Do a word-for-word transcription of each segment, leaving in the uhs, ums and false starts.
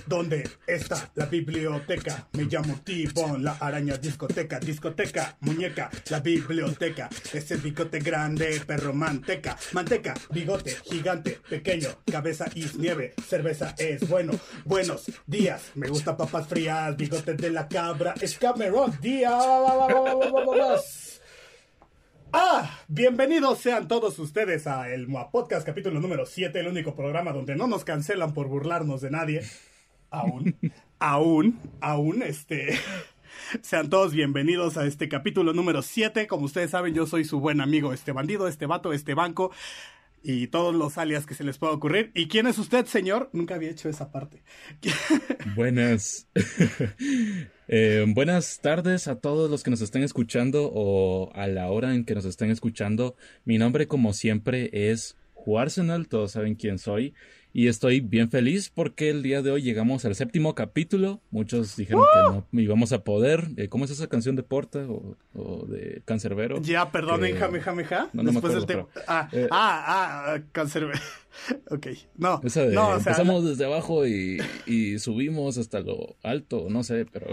¿Dónde está la biblioteca? Me llamo T-Bone, la araña discoteca, discoteca, muñeca, la biblioteca. Ese bigote grande, perro manteca, manteca, bigote, gigante, pequeño, cabeza es nieve, cerveza es bueno. Buenos días, me gusta papas frías, bigote de la cabra, es Cameron Díaz. Ah, bienvenidos sean todos ustedes a el M O A Podcast, capítulo número siete, el único programa donde no nos cancelan por burlarnos de nadie. Aún, aún, aún, este... Sean todos bienvenidos a este capítulo número siete. Como ustedes saben, yo soy su buen amigo, este bandido, este vato, este banco y todos los alias que se les pueda ocurrir. ¿Y quién es usted, señor? Nunca había hecho esa parte. Buenas. eh, buenas tardes a todos los que nos estén escuchando o a la hora en que nos estén escuchando. Mi nombre, como siempre, es Juarsenal. Todos saben quién soy. Y estoy bien feliz porque el día de hoy llegamos al séptimo capítulo. Muchos dijeron ¡Uh! que no íbamos a poder. Eh, ¿Cómo es esa canción de Porta o, o de Cancerbero? Ya, perdonen, que... jame, jame, ja. No, no Después me acuerdo, del tema. Ah, eh... ah, ah, Cancerbero. Ok, no. Esa de, no o sea, empezamos la... desde abajo y, y subimos hasta lo alto, no sé, pero...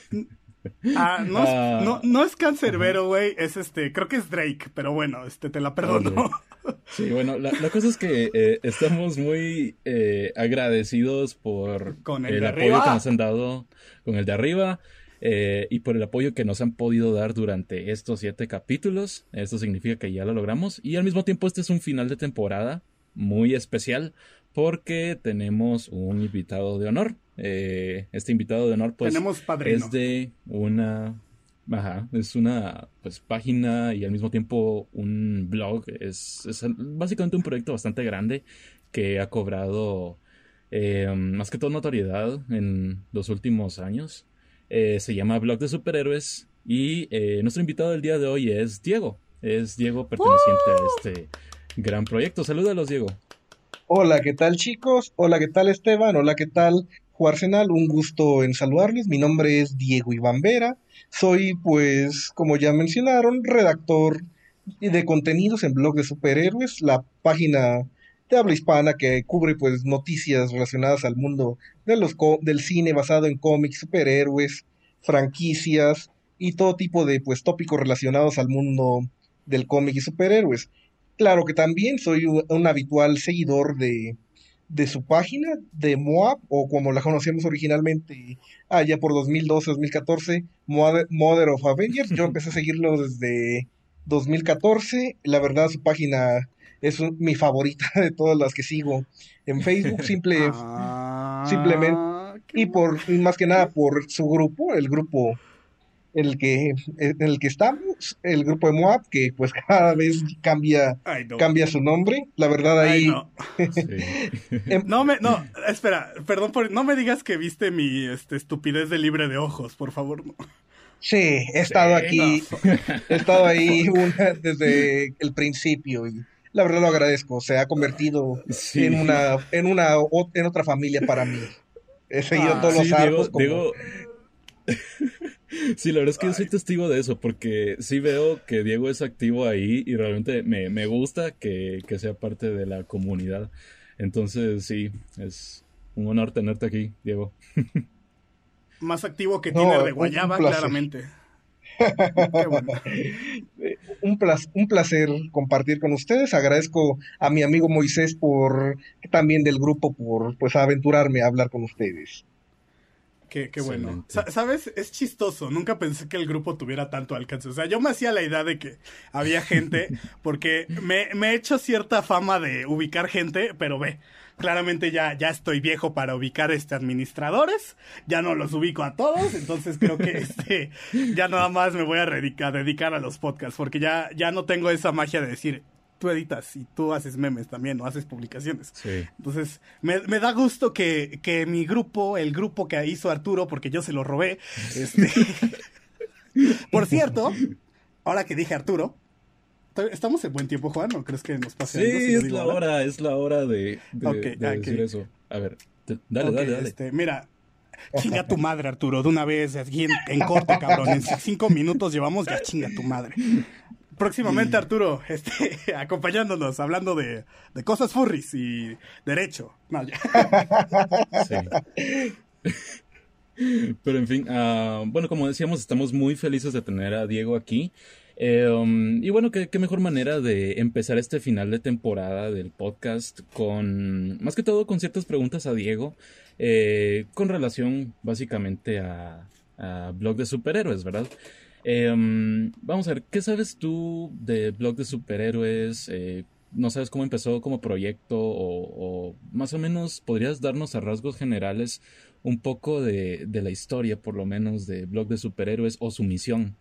Ah, no, ah, es, no, no es Cancerbero, güey, es este, creo que es Drake, pero bueno, este, te la perdono. Sí, bueno, la, la cosa es que eh, estamos muy eh, agradecidos por con el, el de apoyo arriba. que nos han dado con el de arriba eh, y por el apoyo que nos han podido dar durante estos siete capítulos. Esto significa que ya lo logramos y al mismo tiempo este es un final de temporada muy especial porque tenemos un invitado de honor. Eh, este invitado de honor pues tenemos padrino. Es de una ajá, es una pues página y al mismo tiempo un blog, es, es básicamente un proyecto bastante grande que ha cobrado eh, más que todo notoriedad en los últimos años. Eh, se llama Blog de Superhéroes y eh, nuestro invitado del día de hoy es Diego, es Diego perteneciente ¡Uh! a este gran proyecto. Salúdalos, Diego. Hola, ¿qué tal, chicos? Hola, ¿qué tal, Esteban? Hola, ¿qué tal, Juarsenal? Un gusto en saludarles. Mi nombre es Diego Iván Vera. Soy, pues, como ya mencionaron, redactor de contenidos en Blog de Superhéroes, la página de habla hispana que cubre, pues, noticias relacionadas al mundo de los del cine basado en cómics, superhéroes, franquicias y todo tipo de, pues, tópicos relacionados al mundo del cómic y superhéroes. Claro que también soy un habitual seguidor de, de su página, de M O A P, o como la conocemos originalmente allá por dos mil doce, dos mil catorce, Mother, Mother of Avengers. Yo empecé a seguirlo desde dos mil catorce. La verdad, su página es un, mi favorita de todas las que sigo en Facebook, simple, ah, simplemente, y por y más que nada por su grupo, el grupo en el que, en el que estamos, el grupo de M O A P, que pues cada vez cambia, no. cambia su nombre. La verdad ahí... Ay, no. Sí. no me, no, espera, perdón por, no me digas que viste mi este, estupidez de libre de ojos, por favor, no. Sí, he estado sí, aquí, no. he estado ahí una, desde el principio y la verdad lo agradezco. Se ha convertido sí. en una, en una, en otra familia para mí. He seguido ah, todos sí, los arcos como... Diego... Sí, la verdad es que Ay. yo soy testigo de eso, porque sí veo que Diego es activo ahí y realmente me, me gusta que, que sea parte de la comunidad. Entonces, sí, es un honor tenerte aquí, Diego. Más activo que no, Tiner de Guayaba, claramente. Qué bueno. un, placer, un placer compartir con ustedes. Agradezco a mi amigo Moisés por también del grupo por pues aventurarme a hablar con ustedes. Qué, qué bueno. ¿Sabes? Es chistoso. Nunca pensé que el grupo tuviera tanto alcance. O sea, yo me hacía la idea de que había gente, porque me, me he hecho cierta fama de ubicar gente, pero ve, claramente ya, ya estoy viejo para ubicar este administradores. Ya no los ubico a todos. Entonces creo que este ya nada más me voy a dedicar, dedicar a los podcasts, porque ya, ya no tengo esa magia de decir... tú editas y tú haces memes también, o haces publicaciones. Sí. Entonces, me, me da gusto que, que mi grupo, el grupo que hizo Arturo, porque yo se lo robé, este... Por cierto, ahora que dije Arturo, ¿estamos en buen tiempo, Juan? ¿O crees que nos pase sí, algo? Sí, es la ahora? hora, es la hora de, de, okay, de okay. decir eso. A ver, te, dale, okay, dale, dale. Este, mira, chinga tu madre, Arturo, de una vez, aquí en, en corto, cabrón. En cinco minutos llevamos, ya chinga tu madre. Próximamente, Arturo, este, acompañándonos, hablando de, de cosas furries y derecho. No, ya. Sí. Pero en fin, uh, bueno, como decíamos, estamos muy felices de tener a Diego aquí. Eh, um, y bueno, ¿qué, qué mejor manera de empezar este final de temporada del podcast con, más que todo, con ciertas preguntas a Diego, eh, con relación básicamente a, a Blog de Superhéroes, ¿verdad? Eh, um, vamos a ver, ¿qué sabes tú de Blog de Superhéroes? Eh, ¿No sabes cómo empezó como proyecto? O, o más o menos podrías darnos a rasgos generales un poco de, de la historia, por lo menos, de Blog de Superhéroes o su misión.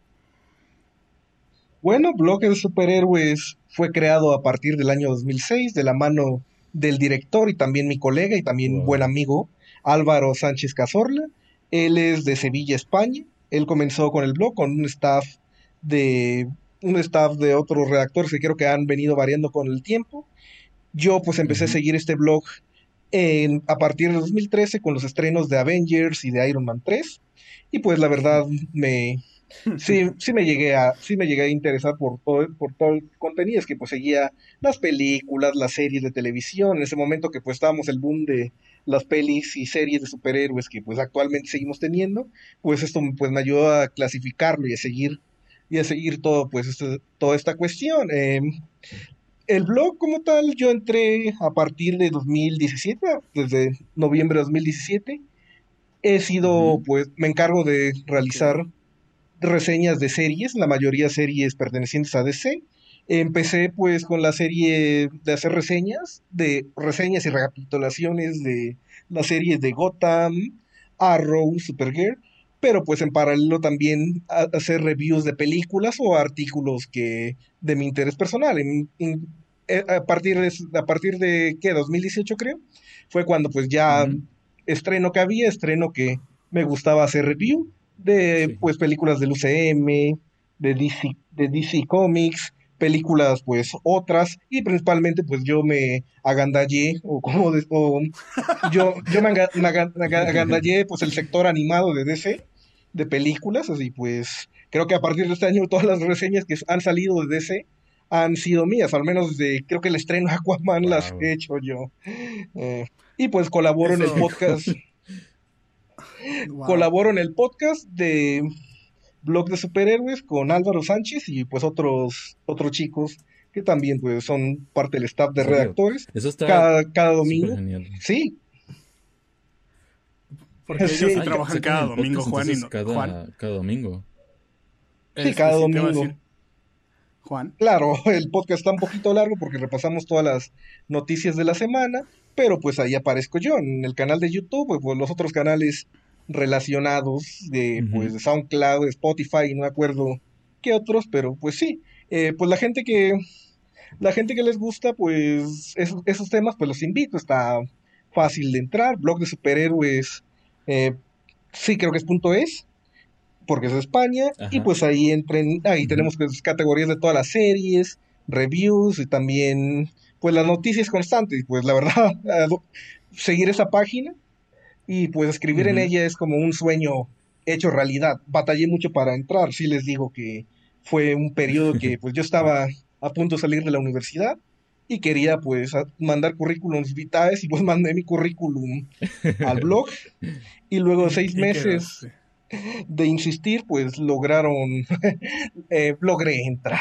Bueno, Blog de Superhéroes fue creado a partir del año dos mil seis de la mano del director y también mi colega y también buen Wow. amigo Álvaro Sánchez Cazorla. Él es de Sevilla, España. Él comenzó con el blog con un staff de un staff de otros redactores que creo que han venido variando con el tiempo. Yo pues empecé a Ujú. seguir este blog en, a partir de dos mil trece con los estrenos de Avengers y de Iron Man tres. Y pues la verdad me, sí, sí me llegué a, sí me llegué a interesar por todo, por todo el contenido, es que pues seguía las películas, las series de televisión, en ese momento que pues estábamos el boom de las pelis y series de superhéroes que pues actualmente seguimos teniendo, pues esto pues me ayudó a clasificarlo y a seguir y a seguir todo pues este- toda esta cuestión. Eh, el blog como tal yo entré a partir de dos mil diecisiete, desde noviembre de dos mil diecisiete. He sido Ujú. pues me encargo de Ok. realizar reseñas de series, la mayoría series pertenecientes a D C. Empecé pues con la serie de hacer reseñas, de reseñas y recapitulaciones de las series de Gotham, Arrow, Supergirl, pero pues en paralelo también a- hacer reviews de películas o artículos que de mi interés personal. En- en- eh, a partir de, a partir de, ¿qué? dos mil dieciocho creo, fue cuando pues ya Ujú. estreno que había, estreno que me gustaba hacer review de Sí. pues películas del U C M, de D C, de D C Comics, películas pues otras y principalmente pues yo me agandallé o como de- o yo yo me, aga- me aga- me aga- agandallé pues el sector animado de D C de películas, así pues creo que a partir de este año todas las reseñas que han salido de D C han sido mías, al menos de creo que el estreno de Aquaman las Wow. he hecho yo. Eh, y pues colaboro en el Eso, podcast, wow. colaboro en el podcast de Blog de Superhéroes con Álvaro Sánchez y pues otros, otros chicos que también pues son parte del staff ¿En de serio? redactores Eso está cada, cada súper domingo. genial. Sí, Porque ellos sí, sí Ah, y ca- trabajan sacan cada el domingo, podcast Juan y entonces no, Juan. cada, cada domingo. sí, Este cada sí te va a domingo. decir, Juan. Claro, el podcast está un poquito largo porque repasamos todas las noticias de la semana, pero pues ahí aparezco yo en el canal de YouTube, pues, pues, los otros canales relacionados de pues Ujú. de SoundCloud, de Spotify, no me acuerdo qué otros, pero pues sí, eh, pues la gente que la gente que les gusta, pues esos, esos temas, pues los invito. Está fácil de entrar. Blog de superhéroes, eh, sí creo que es punto es, porque es de España. Y Ajá. pues ahí entren, ahí Ujú. tenemos pues, categorías de todas las series, reviews y también pues las noticias constantes. Y pues la verdad, seguir esa página y pues escribir en Ujú. ella es como un sueño hecho realidad. Batallé mucho para entrar, sí les digo que fue un periodo que pues yo estaba a punto de salir de la universidad y quería pues a- mandar currículums vitae y pues mandé mi currículum al blog y luego de Y, seis y meses quedaste. de insistir pues lograron, eh, logré entrar.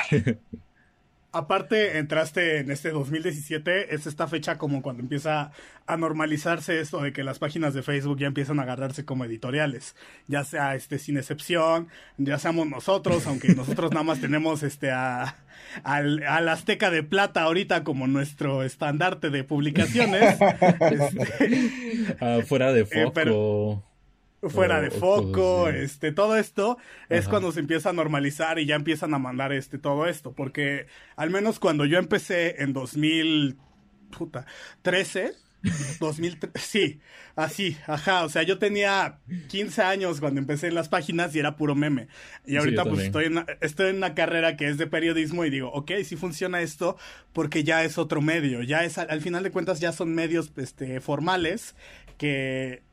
Aparte, entraste en este dos mil diecisiete, es esta fecha como cuando empieza a normalizarse esto de que las páginas de Facebook ya empiezan a agarrarse como editoriales, ya sea este Sin Excepción, ya seamos nosotros, aunque nosotros nada más tenemos este a al, al Azteca de Plata ahorita como nuestro estandarte de publicaciones, este, Ah, fuera de eh, pero foco fuera o, de o cosas foco, así. este, todo esto es Ajá. cuando se empieza a normalizar y ya empiezan a mandar este todo esto, porque al menos cuando yo empecé en dos mil, puta, trece, dos mil, sí, así, ajá, o sea, yo tenía quince años cuando empecé en las páginas y era puro meme. Y Sí, yo ahorita pues también. estoy en, estoy en una carrera que es de periodismo y digo, ok, sí funciona esto porque ya es otro medio, ya es, al, al final de cuentas ya son medios este, formales que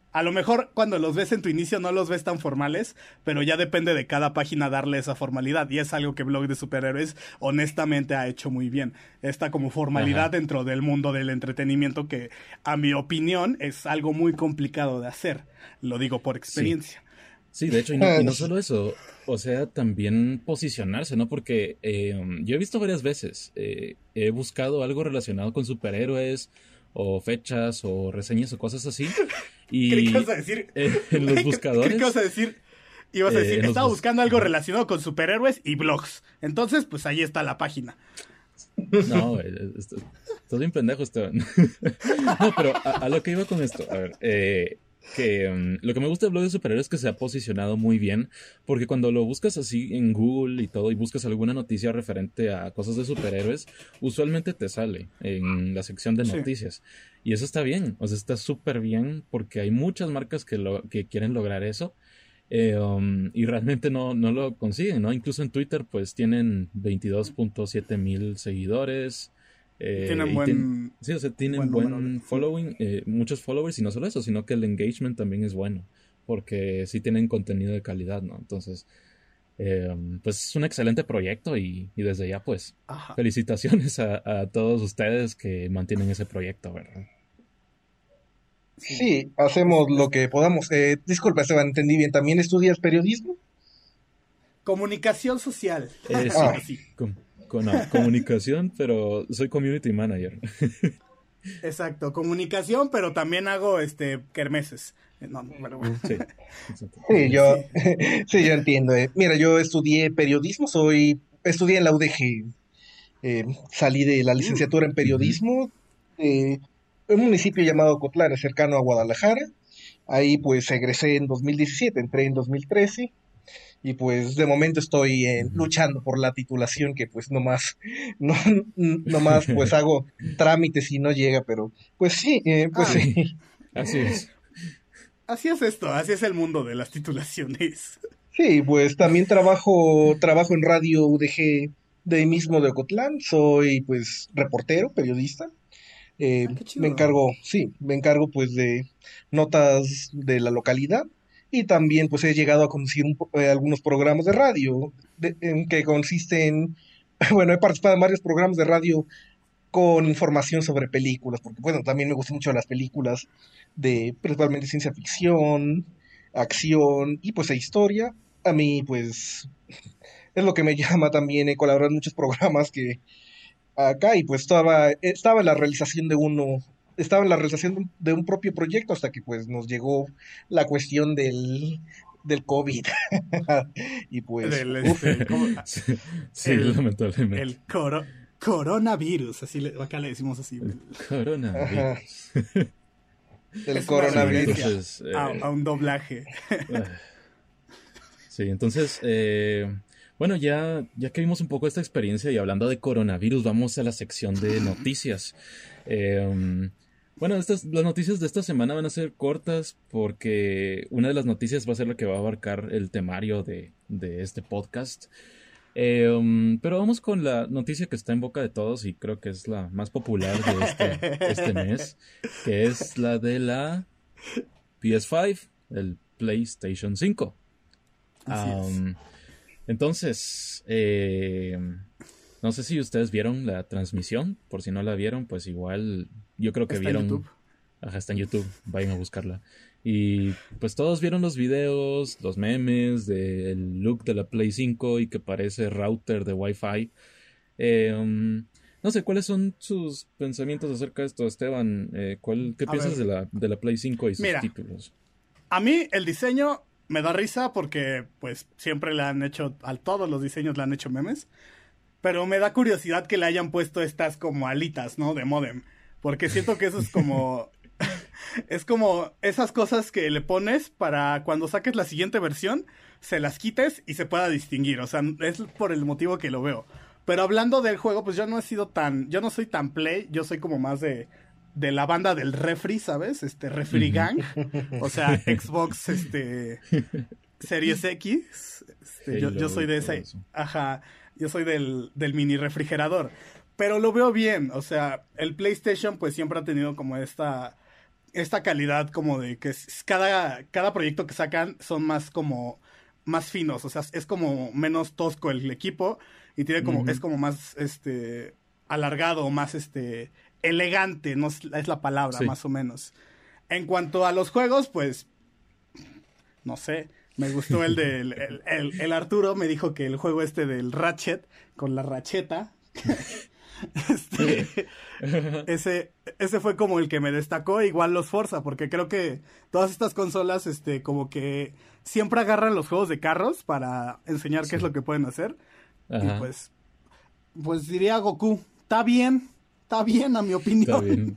A lo mejor cuando los ves en tu inicio no los ves tan formales, pero ya depende de cada página darle esa formalidad. Y es algo que Blog de Superhéroes honestamente ha hecho muy bien. Esta como formalidad Ajá. dentro del mundo del entretenimiento que, a mi opinión, es algo muy complicado de hacer. Lo digo por experiencia. Sí, sí de hecho, y no, y no solo eso. O sea, también posicionarse, ¿no? Porque eh, yo he visto varias veces, eh, he buscado algo relacionado con superhéroes, o fechas, o reseñas, o cosas así. Y ¿Qué ibas a decir? Eh, en los buscadores. ¿Qué ibas a decir? Ibas a decir, eh, estaba bus... buscando algo relacionado con superhéroes y blogs. Entonces, pues ahí está la página. No, estás bien pendejo, Esteban. No, pero a, a lo que iba con esto, a ver, eh, que um, lo que me gusta del blog de superhéroes es que se ha posicionado muy bien, porque cuando lo buscas así en Google y todo, y buscas alguna noticia referente a cosas de superhéroes, usualmente te sale en la sección de noticias. Sí. Y eso está bien, o sea, está súper bien, porque hay muchas marcas que, lo, que quieren lograr eso, eh, um, y realmente no, no lo consiguen, ¿no? Incluso en Twitter, pues, tienen veintidós punto siete mil seguidores. Eh, tienen buen... Ten, sí, o sea, tienen buen, buen following, eh, muchos followers, y no solo eso, sino que el engagement también es bueno, porque sí tienen contenido de calidad, ¿no? Entonces, eh, pues es un excelente proyecto y, y desde ya, pues, Ajá. felicitaciones a, a todos ustedes que mantienen ese proyecto, ¿verdad? Sí, hacemos lo que podamos. Eh, disculpa, Esteban, entendí bien. ¿También estudias periodismo? Comunicación social. Eh, sí, ah. sí. Com con no, comunicación, pero soy community manager. Exacto, comunicación, pero también hago este kermeses. No, bueno, bueno. Sí, sí, yo, sí. sí, yo entiendo. Eh. Mira, yo estudié periodismo, soy, estudié en la U D G. Eh, salí de la licenciatura en periodismo eh, en un municipio llamado Ocotlán, cercano a Guadalajara. Ahí pues egresé en dos mil diecisiete, entré en dos mil trece. Y pues de momento estoy eh, luchando por la titulación, que pues nomás, no, nomás pues hago trámites y no llega, pero pues sí, eh, pues ah, sí. Así es. Así es esto, así es el mundo de las titulaciones. Sí, pues también trabajo, trabajo en Radio U D G de ahí mismo de Ocotlán, soy pues reportero, periodista. Eh, ah, me encargo, sí, me encargo pues de notas de la localidad. Y también pues he llegado a conducir un, eh, algunos programas de radio, de, en que consisten, bueno, he participado en varios programas de radio con información sobre películas, porque bueno, también me gustan mucho las películas de principalmente ciencia ficción, acción y pues e historia. A mí pues es lo que me llama también, he colaborado en muchos programas que acá y pues estaba, estaba en la realización de uno... Estaba en la realización de un propio proyecto hasta que pues nos llegó la cuestión del, del COVID. Y pues... Del, este, sí, sí el, lamentablemente. El coro, coronavirus, así le, acá le decimos así. El coronavirus. El es coronavirus. Entonces, eh, a, a un doblaje. Sí, entonces... Eh, bueno, ya, ya que vimos un poco esta experiencia y hablando de coronavirus, vamos a la sección de noticias. Eh, um, bueno, estas, las noticias de esta semana van a ser cortas porque una de las noticias va a ser la que va a abarcar el temario de, de este podcast. Eh, um, pero vamos con la noticia que está en boca de todos y creo que es la más popular de este, este mes, que es la de la P S cinco, el PlayStation cinco. Así um, es. Entonces, eh, no sé si ustedes vieron la transmisión. Por si no la vieron, pues igual yo creo que está vieron. En YouTube. Ajá, está en YouTube. Vayan a buscarla. Y pues todos vieron los videos, los memes del look de la Play cinco y que parece router de Wi-Fi. Eh, um, no sé, ¿cuáles son sus pensamientos acerca de esto, Esteban? Eh, ¿cuál, ¿Qué a piensas de la, de la Play cinco y sus Mira, títulos? A mí el diseño me da risa porque pues siempre le han hecho, a todos los diseños le han hecho memes. Pero me da curiosidad que le hayan puesto estas como alitas, ¿no? De módem. Porque siento que eso es como... es como esas cosas que le pones para cuando saques la siguiente versión, se las quites y se pueda distinguir. O sea, es por el motivo que lo veo. Pero hablando del juego, pues yo no he sido tan... Yo no soy tan play, yo soy como más de... de la banda del refri, ¿sabes? Este, refri gang. O sea, Xbox, este... Series X. Este, yo, yo soy de esa... Ajá... Yo soy del, del mini refrigerador. Pero lo veo bien. O sea, el PlayStation pues siempre ha tenido como esta esta calidad como de que es, cada, cada proyecto que sacan son más como más finos, o sea, es como menos tosco el equipo y tiene como, uh-huh. es como más este alargado, más este elegante, no es, es la palabra, sí. más o menos. En cuanto a los juegos, pues no sé, me gustó el de el, el, el, el Arturo me dijo que el juego este del Ratchet con la racheta este, ese, ese fue como el que me destacó, igual los Forza, porque creo que todas estas consolas, este, como que siempre agarran los juegos de carros para enseñar sí. qué es lo que pueden hacer. Ajá. Y pues, pues diría Goku, está bien, está bien a mi opinión.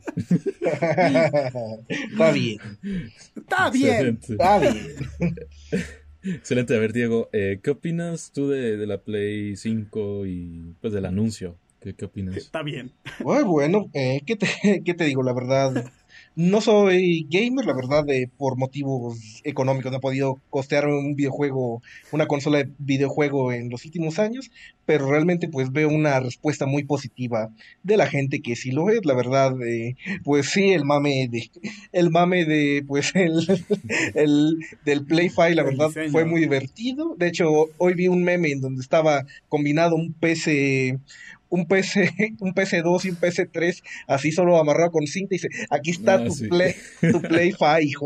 Está bien. Está bien. Está bien. Excelente. A ver, Diego, eh, ¿qué opinas tú de, de la Play cinco y pues del anuncio? ¿Qué, qué opinas? Está bien. Muy bueno, eh, ¿qué, te, ¿qué te digo? La verdad, no soy gamer, la verdad, de, por motivos económicos no he podido costear un videojuego, una consola de videojuego en los últimos años, pero realmente pues veo una respuesta muy positiva de la gente que sí lo es, la verdad, eh, pues sí, el mame de, el mame de, pues el, el del Play cinco, la verdad, fue muy divertido. De hecho, hoy vi un meme en donde estaba combinado un P C... un P C, un P C dos y un P C tres, así solo amarrado con cinta y dice, aquí está ah, tu, sí. play, tu Play cinco, hijo.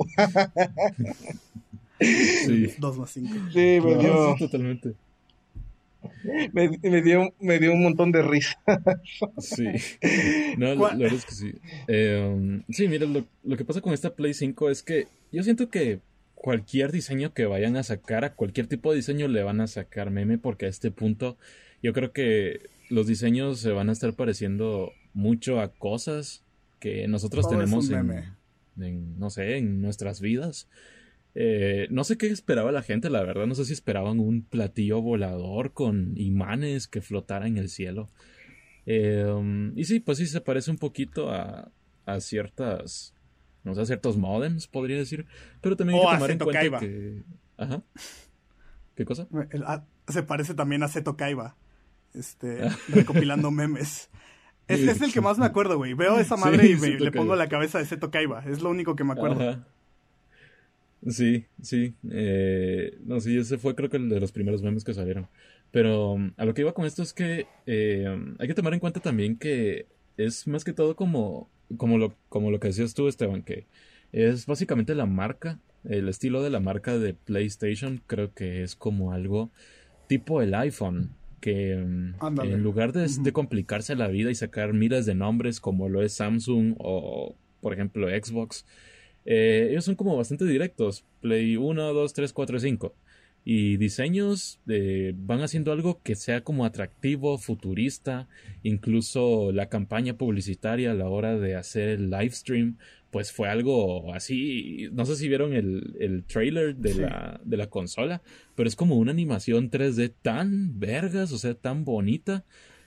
Sí. dos más cinco. Sí, me no, dio... Sí, totalmente. Me, me, dio, me dio un montón de risa. Sí. No, la, la verdad es que sí. Eh, um, sí, mira, lo, lo que pasa con esta Play cinco es que yo siento que cualquier diseño que vayan a sacar, a cualquier tipo de diseño le van a sacar meme, porque a este punto yo creo que los diseños se van a estar pareciendo mucho a cosas que nosotros Todo tenemos es un en, meme. en, no sé, en nuestras vidas. Eh, no sé qué esperaba la gente, la verdad. No sé si esperaban un platillo volador con imanes que flotara en el cielo. Eh, um, y sí, pues sí se parece un poquito a, a ciertas, no sé, a ciertos modems, podría decir. Pero también hay o que tomar en cuenta Kaiba. que... Ajá. ¿Qué cosa? El, a, se parece también a Seto Kaiba. Este, recopilando memes. Es, es el que más me acuerdo, güey. Veo esa madre sí, y me, le pongo la cabeza de Seto Kaiba. Es lo único que me acuerdo. Ajá. Sí, sí. Eh, no, sí, ese fue creo que el de los primeros memes que salieron. Pero um, a lo que iba con esto es que eh, hay que tomar en cuenta también que es más que todo como, como, lo, como lo que decías tú, Esteban, que es básicamente la marca, el estilo de la marca de PlayStation. Creo que es como algo tipo el iPhone, que um, en lugar de, uh-huh. de complicarse la vida y sacar miles de nombres como lo es Samsung o por ejemplo Xbox, eh, ellos son como bastante directos. Play uno, dos, tres, cuatro, cinco. Y diseños eh, van haciendo algo que sea como atractivo, futurista. Incluso la campaña publicitaria a la hora de hacer el live stream, pues fue algo así. No sé si vieron el, el trailer de, sí. la, de la consola, pero es como una animación tres D tan vergas, o sea, tan bonita.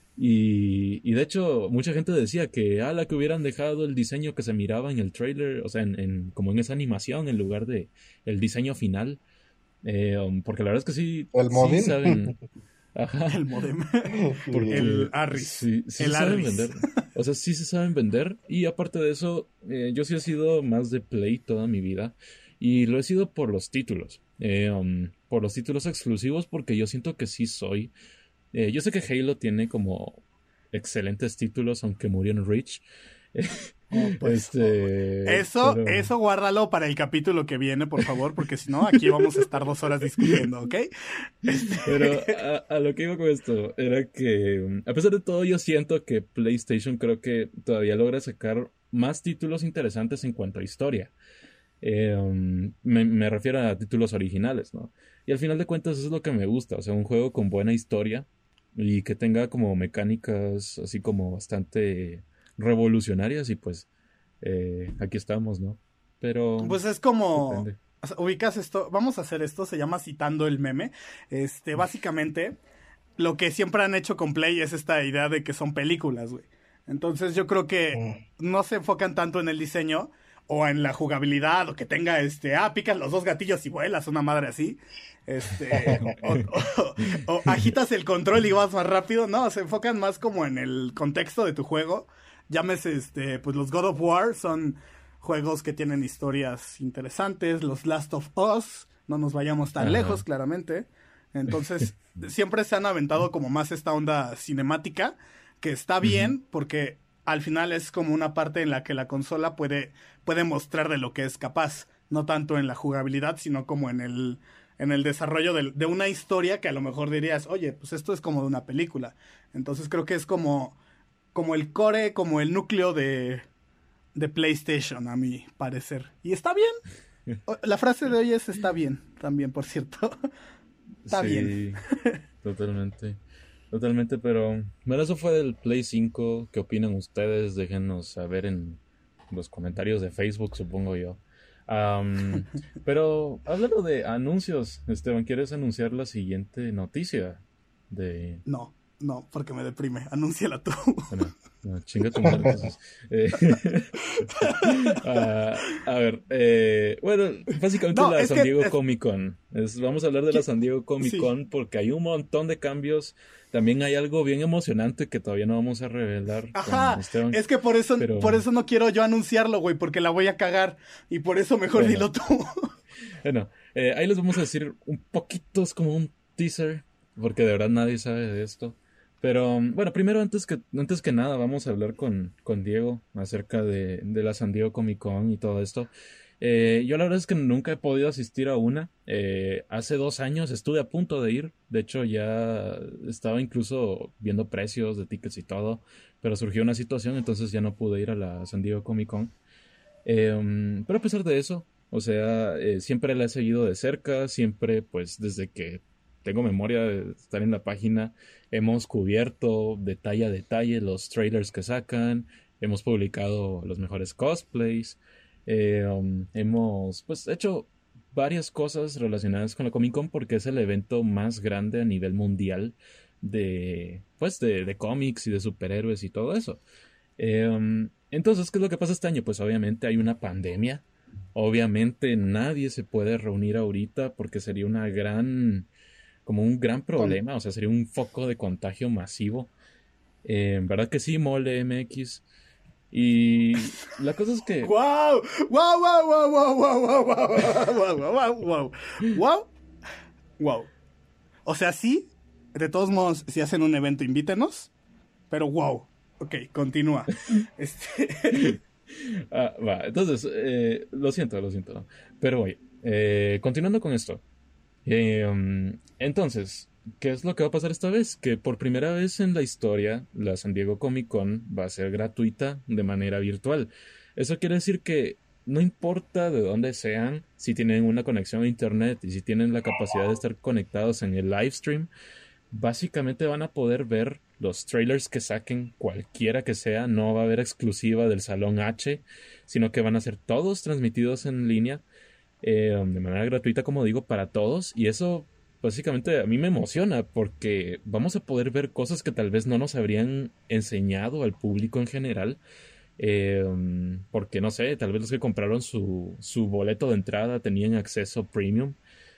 Y, y de hecho, mucha gente decía que a la que hubieran dejado el diseño que se miraba en el trailer, o sea, en, en, como en esa animación, en lugar de el diseño final. Eh, um, porque la verdad es que sí, ¿El modem? Sí saben. Ajá. El modem. Porque el Arris. Sí, sí el se saben Arris. vender. O sea, sí se saben vender. Y aparte de eso, eh, yo sí he sido más de Play toda mi vida. Y lo he sido por los títulos. Eh, um, por los títulos exclusivos, porque yo siento que sí soy. Eh, yo sé que Halo tiene como excelentes títulos, aunque murió en Reach. Oh, pues, este, eso, pero... eso guárdalo para el capítulo que viene, por favor, porque si no, aquí vamos a estar dos horas discutiendo, ¿ok? Este... Pero a, a lo que iba con esto era que, a pesar de todo, yo siento que PlayStation creo que todavía logra sacar más títulos interesantes en cuanto a historia. Eh, um, me, me refiero a títulos originales, ¿no? Y al final de cuentas eso es lo que me gusta, o sea, un juego con buena historia y que tenga como mecánicas así como bastante revolucionarias y pues eh, aquí estamos, ¿no? Pero pues es como o sea, ubicas esto, vamos a hacer esto, se llama citando el meme. Este, básicamente lo que siempre han hecho con Play es esta idea de que son películas, güey. Entonces yo creo que no se enfocan tanto en el diseño o en la jugabilidad o que tenga este, ah, picas los dos gatillos y vuelas, una madre así. Este, o, o, o agitas el control y vas más rápido. No, se enfocan más como en el contexto de tu juego. Llámese, este, pues los God of War son juegos que tienen historias interesantes, los Last of Us, no nos vayamos tan Ajá. lejos, claramente. Entonces, siempre se han aventado como más esta onda cinemática, que está bien, uh-huh. porque al final es como una parte en la que la consola puede, puede mostrar de lo que es capaz, no tanto en la jugabilidad, sino como en el, en el desarrollo de, de una historia que a lo mejor dirías, oye, pues esto es como de una película. Entonces creo que es como, como el core, como el núcleo de, de PlayStation, a mi parecer. Y está bien. La frase de hoy es está bien, también, por cierto. Está sí, bien. Totalmente. Totalmente, pero bueno, eso fue del Play cinco. ¿Qué opinan ustedes? Déjenos saber en los comentarios de Facebook, supongo yo. Um, pero hablando de anuncios, Esteban, ¿quieres anunciar la siguiente noticia? De... No, no, porque me deprime. Anúnciala tú. Bueno, no, chinga tu madre. Entonces. Eh, uh, a ver, eh, bueno, básicamente no, la San Diego es... Comic Con. Es, vamos a hablar de la San Diego Comic Con sí. porque hay un montón de cambios. También hay algo bien emocionante que todavía no vamos a revelar. Ajá, es que por eso, pero... por eso no quiero yo anunciarlo, güey, porque la voy a cagar. Y por eso mejor bueno. dilo tú. Bueno, eh, ahí les vamos a decir un poquito, es como un teaser, porque de verdad nadie sabe de esto. Pero, bueno, primero, antes que antes que nada, vamos a hablar con, con Diego acerca de, de la San Diego Comic Con y todo esto. Eh, yo la verdad es que nunca he podido asistir a una. Eh, hace dos años estuve a punto de ir. De hecho, ya estaba incluso viendo precios de tickets y todo. Pero surgió una situación, entonces ya no pude ir a la San Diego Comic Con. Eh, pero a pesar de eso, o sea, eh, siempre la he seguido de cerca. Siempre, pues, desde que tengo memoria de estar en la página, hemos cubierto detalle a detalle los trailers que sacan. Hemos publicado los mejores cosplays. Eh, um, hemos pues hecho varias cosas relacionadas con la Comic Con porque es el evento más grande a nivel mundial de pues de, de cómics y de superhéroes y todo eso. Eh, um, entonces, ¿qué es lo que pasa este año? Pues obviamente hay una pandemia. Obviamente nadie se puede reunir ahorita porque sería una gran como un gran problema, o sea, sería un foco de contagio masivo. Eh, ¿verdad que sí, Mole M X? Y la cosa es que... ¡Wow! ¡Wow, wow, wow, wow, wow, wow, wow, wow, wow, wow, wow! O sea, sí, de todos modos, si hacen un evento, invítenos, pero wow. Ok, continúa. Este... ah, va, entonces, eh, lo siento, lo siento. Pero oye, eh, continuando con esto. Eh, um, entonces... ¿Qué es lo que va a pasar esta vez? Que por primera vez en la historia, la San Diego Comic Con va a ser gratuita de manera virtual. Eso quiere decir que no importa de dónde sean, si tienen una conexión a internet y si tienen la capacidad de estar conectados en el live stream, básicamente van a poder ver los trailers que saquen, cualquiera que sea. No va a haber exclusiva del Salón H, sino que van a ser todos transmitidos en línea eh, de manera gratuita, como digo, para todos. Y eso... básicamente a mí me emociona porque vamos a poder ver cosas que tal vez no nos habrían enseñado al público en general. Eh, porque no sé, tal vez los que compraron su, su boleto de entrada tenían acceso premium.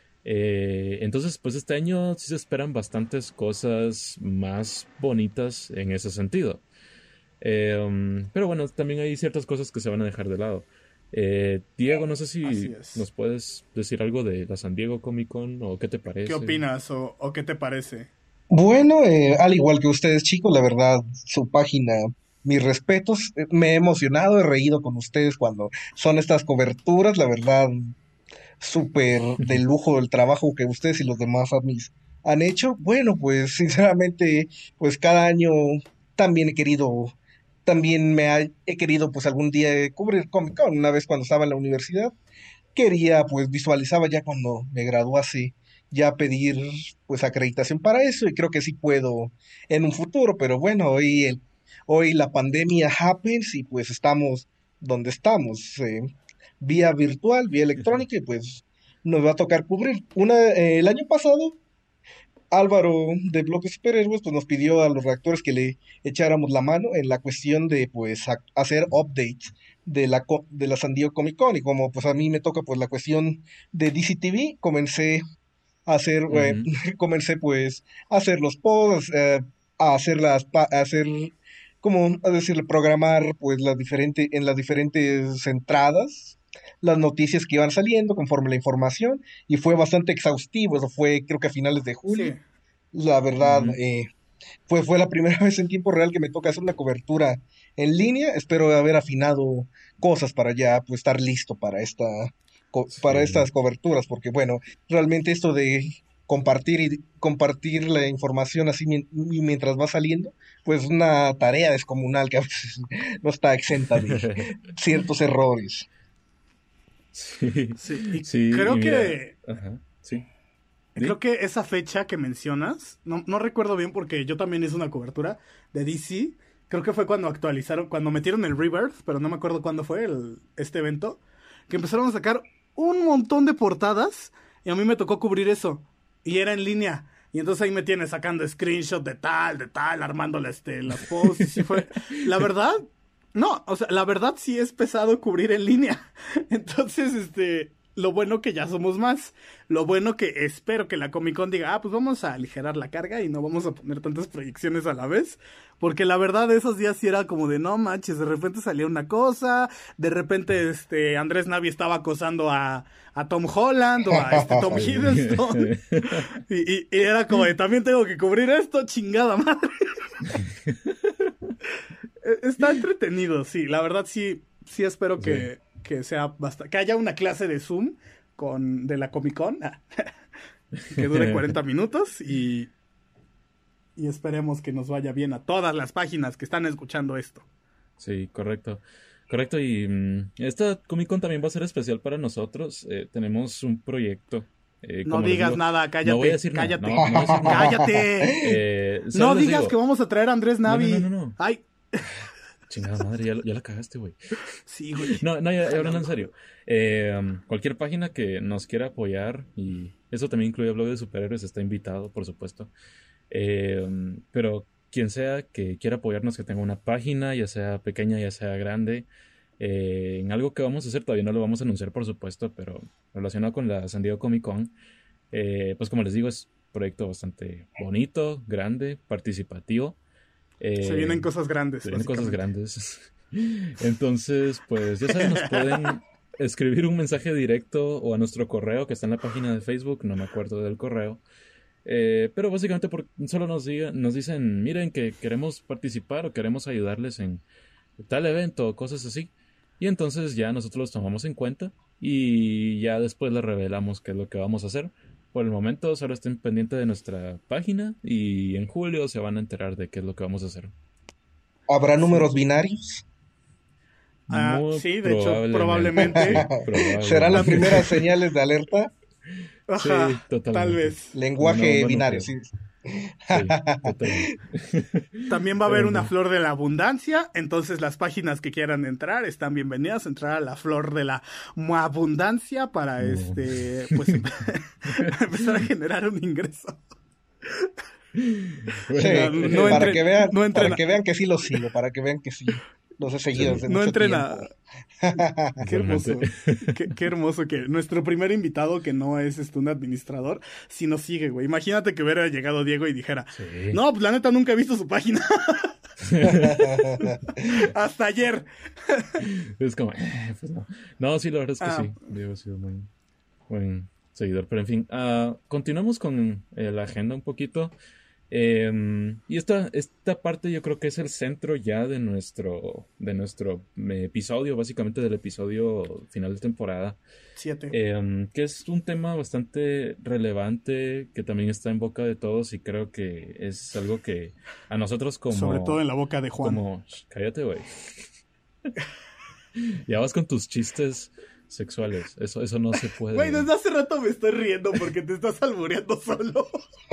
Eh, entonces, pues este año sí se esperan bastantes cosas más bonitas en ese sentido. Eh, pero bueno, también hay ciertas cosas que se van a dejar de lado. Eh, Diego, no sé si nos puedes decir algo de la San Diego Comic Con o qué te parece. ¿Qué opinas o, o qué te parece? Bueno, eh, al igual que ustedes, chicos, la verdad, su página, mis respetos, eh, me he emocionado, he reído con ustedes cuando son estas coberturas, la verdad, súper de lujo el trabajo que ustedes y los demás admis han hecho. Bueno, pues sinceramente, pues cada año también he querido... También me ha- he querido pues algún día cubrir Comic Con. Una vez cuando estaba en la universidad, quería pues visualizaba ya cuando me graduase, ya pedir pues acreditación para eso y creo que sí puedo en un futuro, pero bueno, hoy, el, hoy la pandemia happens y pues estamos donde estamos, eh, vía virtual, vía electrónica y pues nos va a tocar cubrir. Una, eh, el año pasado Álvaro de Bloques Superhéroes pues nos pidió a los redactores que le echáramos la mano en la cuestión de pues ha- hacer updates de la co- de la San Diego Comic Con y como pues a mí me toca pues la cuestión de D C T V, comencé a hacer eh, Ujú. comencé pues a hacer los posts, eh, a hacer las pa- a hacer como a decirle, programar pues las diferentes, en las diferentes entradas, las noticias que iban saliendo conforme la información, y fue bastante exhaustivo, eso fue creo que a finales de julio. Sí. La verdad, Ujú. eh, fue, fue la primera vez en tiempo real que me toca hacer una cobertura en línea. Espero haber afinado cosas para ya pues estar listo para esta, co- para Sí. estas coberturas, porque bueno, realmente esto de compartir y compartir la información así mien- y mientras va saliendo, pues una tarea descomunal que a veces no está exenta de ciertos errores. Sí, Sí, y sí, y creo mira, que ajá, sí, creo ¿di? que esa fecha que mencionas, no, no recuerdo bien porque yo también hice una cobertura de D C. Creo que fue cuando actualizaron, cuando metieron el Rebirth, pero no me acuerdo cuándo fue el, este evento, que empezaron a sacar un montón de portadas y a mí me tocó cubrir eso. Y era en línea. Y entonces ahí me tienes sacando screenshot de tal, de tal, armando este, las posts. Y sí fue, la verdad, no, o sea, la verdad sí es pesado cubrir en línea. Entonces, este, lo bueno que ya somos más. Lo bueno que espero que la Comic Con diga, ah, pues vamos a aligerar la carga y no vamos a poner tantas proyecciones a la vez. Porque la verdad, esos días sí era como de, no manches, de repente salía una cosa, de repente, este, Andrés Navi estaba acosando a, a Tom Holland o a este Tom Sí. Hiddleston. Y, y, y era como de, también tengo que cubrir esto, chingada madre. Está entretenido, sí. La verdad sí, sí espero Sí. que, que sea bastante, que haya una clase de Zoom con de la Comic Con que dure cuarenta minutos y, y esperemos que nos vaya bien a todas las páginas que están escuchando esto. Sí, correcto. Correcto, y mm, esta Comic Con también va a ser especial para nosotros. Eh, tenemos un proyecto. Eh, No como les digas digo, nada, no voy a cállate, decir nada. cállate, No, no voy a decir nada. cállate. Eh, No solo les digas digo, que vamos a traer a Andrés no, no, Navi. no, no, no. Ay, Chingada madre, ya, ya la cagaste, güey. sí, güey. No, no, ya, ya hablando en serio. Eh, um, cualquier página que nos quiera apoyar, y eso también incluye Blog de Superhéroes, está invitado, por supuesto. Eh, um, pero quien sea que quiera apoyarnos, que tenga una página, ya sea pequeña, ya sea grande, eh, en algo que vamos a hacer, todavía no lo vamos a anunciar, por supuesto, pero relacionado con la San Diego Comic Con, eh, pues como les digo, es un proyecto bastante bonito, grande, participativo. Se Eh, vienen cosas grandes, se vienen cosas básicamente. grandes. Entonces, pues ya saben, nos pueden escribir un mensaje directo o a nuestro correo que está en la página de Facebook, no me acuerdo del correo. Eh, pero básicamente por, solo nos, diga, nos dicen, miren que queremos participar o queremos ayudarles en tal evento o cosas así. Y entonces ya nosotros los tomamos en cuenta y ya después les revelamos qué es lo que vamos a hacer. Por el momento solo estén pendientes de nuestra página y en julio se van a enterar de qué es lo que vamos a hacer. ¿Habrá Sí. números binarios? Ah, Muy sí, de hecho, probablemente. Sí, probablemente. ¿Serán las probablemente. primeras señales de alerta? Sí, Ajá, tal totalmente. vez. No, no, Lenguaje bueno, binario, que sí. sí, totalmente. También va a Pero haber en una fin, flor de la abundancia, entonces las páginas que quieran entrar están bienvenidas a entrar a la flor de la abundancia para no. este, pues empezar a generar un ingreso. Sí, No, Bueno, no para entren, que vean, no entren, para a- que vean que sí los sigo, para que vean que sí los he seguido sí, desde no mucho entren a, tiempo. qué realmente. hermoso, qué, qué hermoso que nuestro primer invitado que no es este, un administrador, sí nos sigue, güey. Imagínate que hubiera llegado Diego y dijera, Sí. no, pues la neta nunca he visto su página, hasta ayer. Es como, eh, pues no. No, sí, la verdad es que Ah, sí. Diego ha sido muy buen seguidor. Pero en fin, ah, continuamos con eh, la agenda un poquito. Eh, y esta, esta parte yo creo que es el centro ya de nuestro, de nuestro eh, episodio, básicamente del episodio final de temporada. siete. Eh, que es un tema bastante relevante, que también está en boca de todos y creo que es algo que a nosotros Sobre todo como, en la boca de Juan. como, Shh, cállate, güey. Ya vas con tus chistes sexuales, eso, eso no se puede. Güey, desde hace rato me estoy riendo porque te estás albureando solo.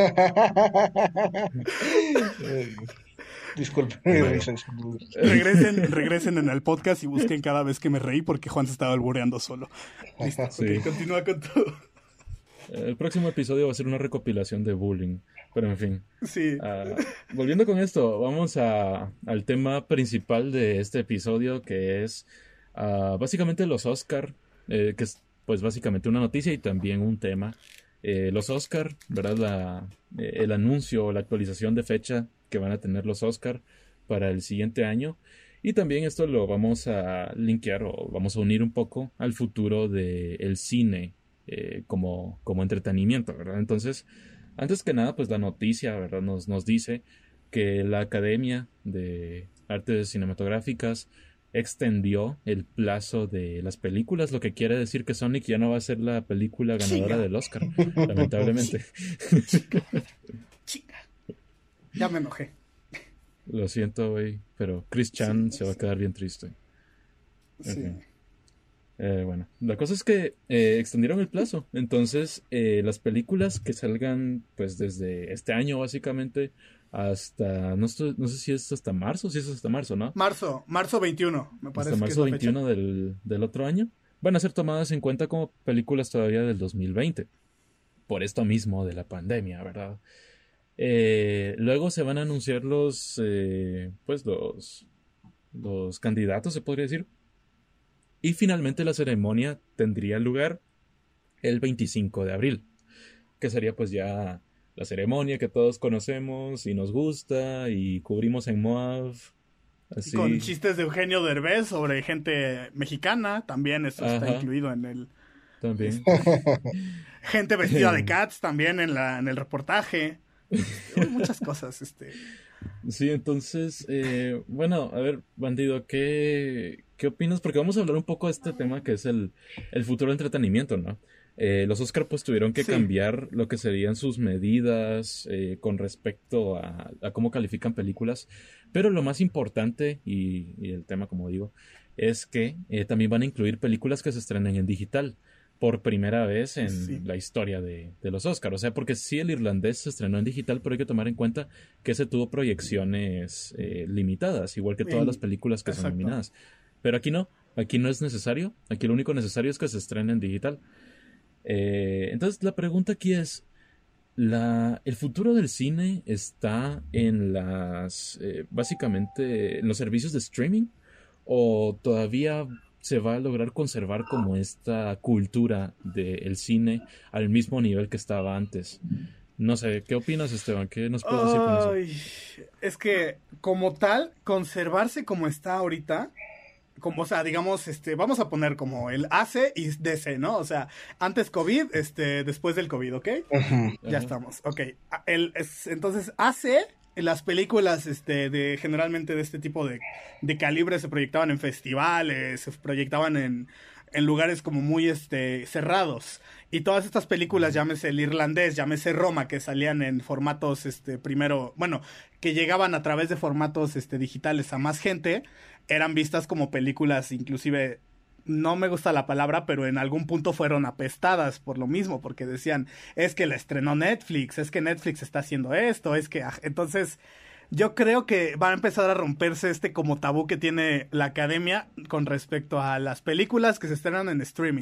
Eh, Disculpen mi Bueno. risa. Regresen, regresen en el podcast y busquen cada vez que me reí porque Juan se estaba albureando solo. Listo, Sí. ok, continúa con todo. El próximo episodio va a ser una recopilación de bullying, pero en fin. Sí. Ah, volviendo con esto, vamos a, al tema principal de este episodio, que es ah, básicamente los Oscar, eh, que es pues básicamente una noticia y también un tema. Eh, los Oscar, ¿verdad? La, eh, el anuncio o la actualización de fecha que van a tener los Oscar para el siguiente año. Y también esto lo vamos a linkear o vamos a unir un poco al futuro del cine eh, como, como entretenimiento, ¿verdad? Entonces, antes que nada, pues la noticia, ¿verdad? Nos, nos dice que la Academia de Artes Cinematográficas extendió el plazo de las películas, lo que quiere decir que Sonic ya no va a ser la película ganadora Chica. del Oscar, lamentablemente. Chica. Chica. Ya me enojé. Lo siento, güey, pero Chris Chan sí, se va a quedar bien triste. Sí. Okay. Eh, bueno, la cosa es que eh, extendieron el plazo, entonces eh, las películas que salgan pues desde este año básicamente hasta, no, estoy, no sé si es hasta marzo, si es hasta marzo, ¿no? Marzo, marzo veintiuno, me parece. Hasta marzo veintiuno del, del otro año van a ser tomadas en cuenta como películas todavía del dos mil veinte, por esto mismo de la pandemia, ¿verdad? Eh, luego se van a anunciar los, eh, pues los, los candidatos, se podría decir. Y finalmente la ceremonia tendría lugar el veinticinco de abril, que sería pues ya la ceremonia que todos conocemos y nos gusta y cubrimos en Moab. Así. Con chistes de Eugenio Derbez sobre gente mexicana, también eso Ajá. está incluido en el... También. Gente vestida de Cats también en, la, en el reportaje. Muchas cosas, este... Sí, entonces, eh, bueno, a ver, Bandido, ¿qué, ¿qué opinas? Porque vamos a hablar un poco de este tema que es el, el futuro del entretenimiento, ¿no? Eh, los Oscar pues tuvieron que sí. cambiar lo que serían sus medidas eh, con respecto a, a cómo califican películas, pero lo más importante, y, y el tema como digo, es que eh, también van a incluir películas que se estrenen en digital por primera vez en sí. la historia de, de los Oscars. O sea, porque sí, el irlandés se estrenó en digital, pero hay que tomar en cuenta que se tuvo proyecciones eh, limitadas, igual que todas las películas que Exacto. son nominadas. Pero aquí no, aquí no es necesario. Aquí lo único necesario es que se estrene en digital. Eh, entonces, la pregunta aquí es, la, ¿el futuro del cine está en las, eh, básicamente, en los servicios de streaming? ¿O todavía se va a lograr conservar como esta cultura del cine al mismo nivel que estaba antes? No sé, ¿qué opinas, Esteban? ¿Qué nos puedes decir con eso? Es que, como tal, conservarse como está ahorita, como, o sea, digamos, este, vamos a poner como el A C y D C, ¿no? O sea, antes COVID, este, después del COVID, ¿ok? Uh-huh. Ya uh-huh. estamos, ok. El, es, entonces, A C... Las películas este, de generalmente de este tipo de, de calibre se proyectaban en festivales, se proyectaban en, en lugares como muy este, cerrados. Y todas estas películas, llámese El Irlandés, llámese Roma, que salían en formatos, este, primero, bueno, que llegaban a través de formatos este, digitales a más gente, eran vistas como películas inclusive... No me gusta la palabra, pero en algún punto fueron apestadas por lo mismo, porque decían, es que la estrenó Netflix, es que Netflix está haciendo esto, es que... Entonces, yo creo que va a empezar a romperse este como tabú que tiene la academia con respecto a las películas que se estrenan en streaming.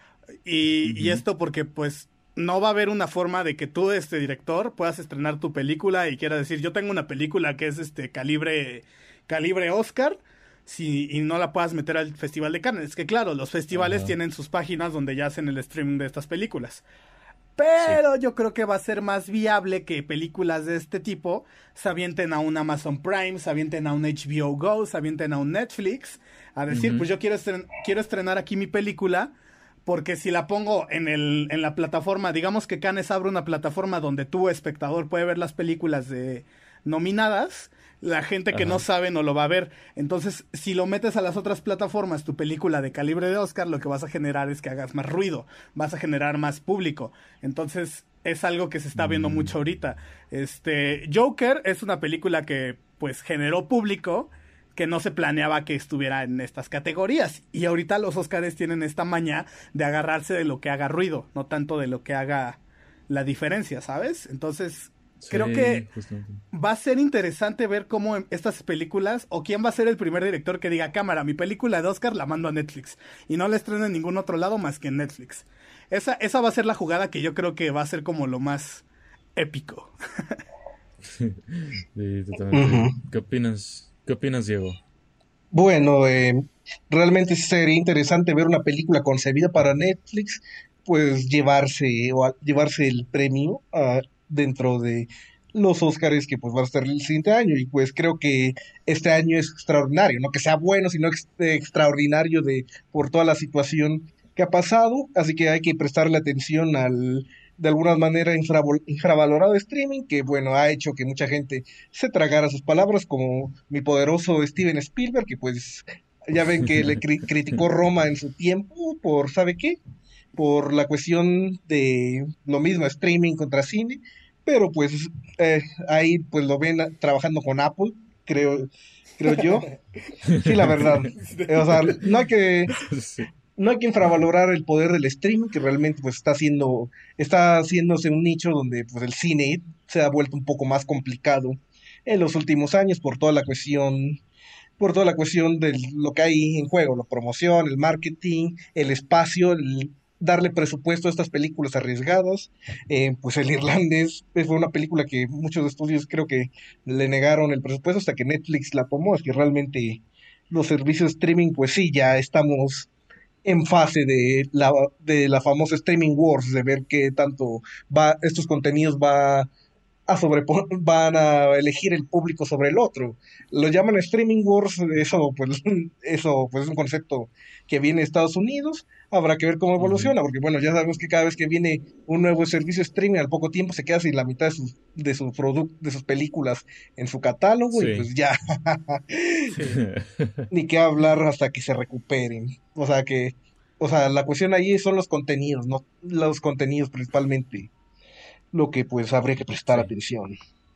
Y, uh-huh. y esto porque, pues, no va a haber una forma de que tú, este director, puedas estrenar tu película y quieras decir, yo tengo una película que es este calibre, calibre Oscar... Si, y no la puedas meter al Festival de Cannes. Es que claro, los festivales uh-huh. tienen sus páginas donde ya hacen el streaming de estas películas. Pero sí. yo creo que va a ser más viable que películas de este tipo se avienten a un Amazon Prime, se avienten a un H B O Go, se avienten a un Netflix, a decir, uh-huh. pues yo quiero, estren- quiero estrenar aquí mi película, porque si la pongo en, el, en la plataforma, digamos que Cannes abre una plataforma donde tú, espectador, puede ver las películas de nominadas... La gente que Ajá. no sabe no lo va a ver. Entonces, si lo metes a las otras plataformas, tu película de calibre de Oscar, lo que vas a generar es que hagas más ruido, vas a generar más público. Entonces, es algo que se está viendo mm. mucho ahorita. Este, Joker es una película que, pues, generó público que no se planeaba que estuviera en estas categorías. Y ahorita los Oscars tienen esta maña de agarrarse de lo que haga ruido, no tanto de lo que haga la diferencia, ¿sabes? Entonces... Sí, creo que justamente. Va a ser interesante ver cómo estas películas, o quién va a ser el primer director que diga, cámara, mi película de Oscar la mando a Netflix, y no la estreno en ningún otro lado más que en Netflix. Esa, esa va a ser la jugada que yo creo que va a ser como lo más épico. Sí, totalmente. Uh-huh. ¿Qué opinas? ¿Qué opinas, Diego? Bueno, eh, realmente sería interesante ver una película concebida para Netflix, pues llevarse, o a, llevarse el premio a... dentro de los Óscares que pues van a estar el siguiente año, y pues creo que este año es extraordinario, no que sea bueno, sino ex- extraordinario de por toda la situación que ha pasado, así que hay que prestarle atención al de alguna manera infravol- infravalorado streaming, que bueno, ha hecho que mucha gente se tragara sus palabras, como mi poderoso Steven Spielberg, que pues ya ven que le cri- criticó Roma en su tiempo por, ¿sabe qué? Por la cuestión de lo mismo, streaming contra cine, pero pues eh, ahí pues lo ven a- trabajando con Apple, creo, creo yo. Sí, la verdad. Eh, o sea, no hay que, Sí. no hay que infravalorar el poder del streaming, que realmente pues está haciendo, está haciéndose un nicho donde pues el cine se ha vuelto un poco más complicado en los últimos años por toda la cuestión, por toda la cuestión de lo que hay en juego, la promoción, el marketing, el espacio, el darle presupuesto a estas películas arriesgadas. Eh, pues el irlandés eh, fue una película que muchos estudios creo que le negaron el presupuesto hasta que Netflix la tomó. Es que realmente los servicios de streaming, pues sí, ya estamos en fase de la, de la famosa streaming wars, de ver qué tanto va, estos contenidos va a sobrepo- van a elegir el público sobre el otro. Lo llaman streaming wars, eso pues, eso pues es un concepto que viene de Estados Unidos, habrá que ver cómo Ujú. evoluciona, porque bueno, ya sabemos que cada vez que viene un nuevo servicio de streaming, al poco tiempo se queda sin la mitad de sus, de sus produc- de sus películas en su catálogo y Sí. pues ya, Sí. ni qué hablar hasta que se recuperen. O sea que, o sea, la cuestión ahí son los contenidos, no los contenidos principalmente, lo que pues habría que prestar Sí. atención.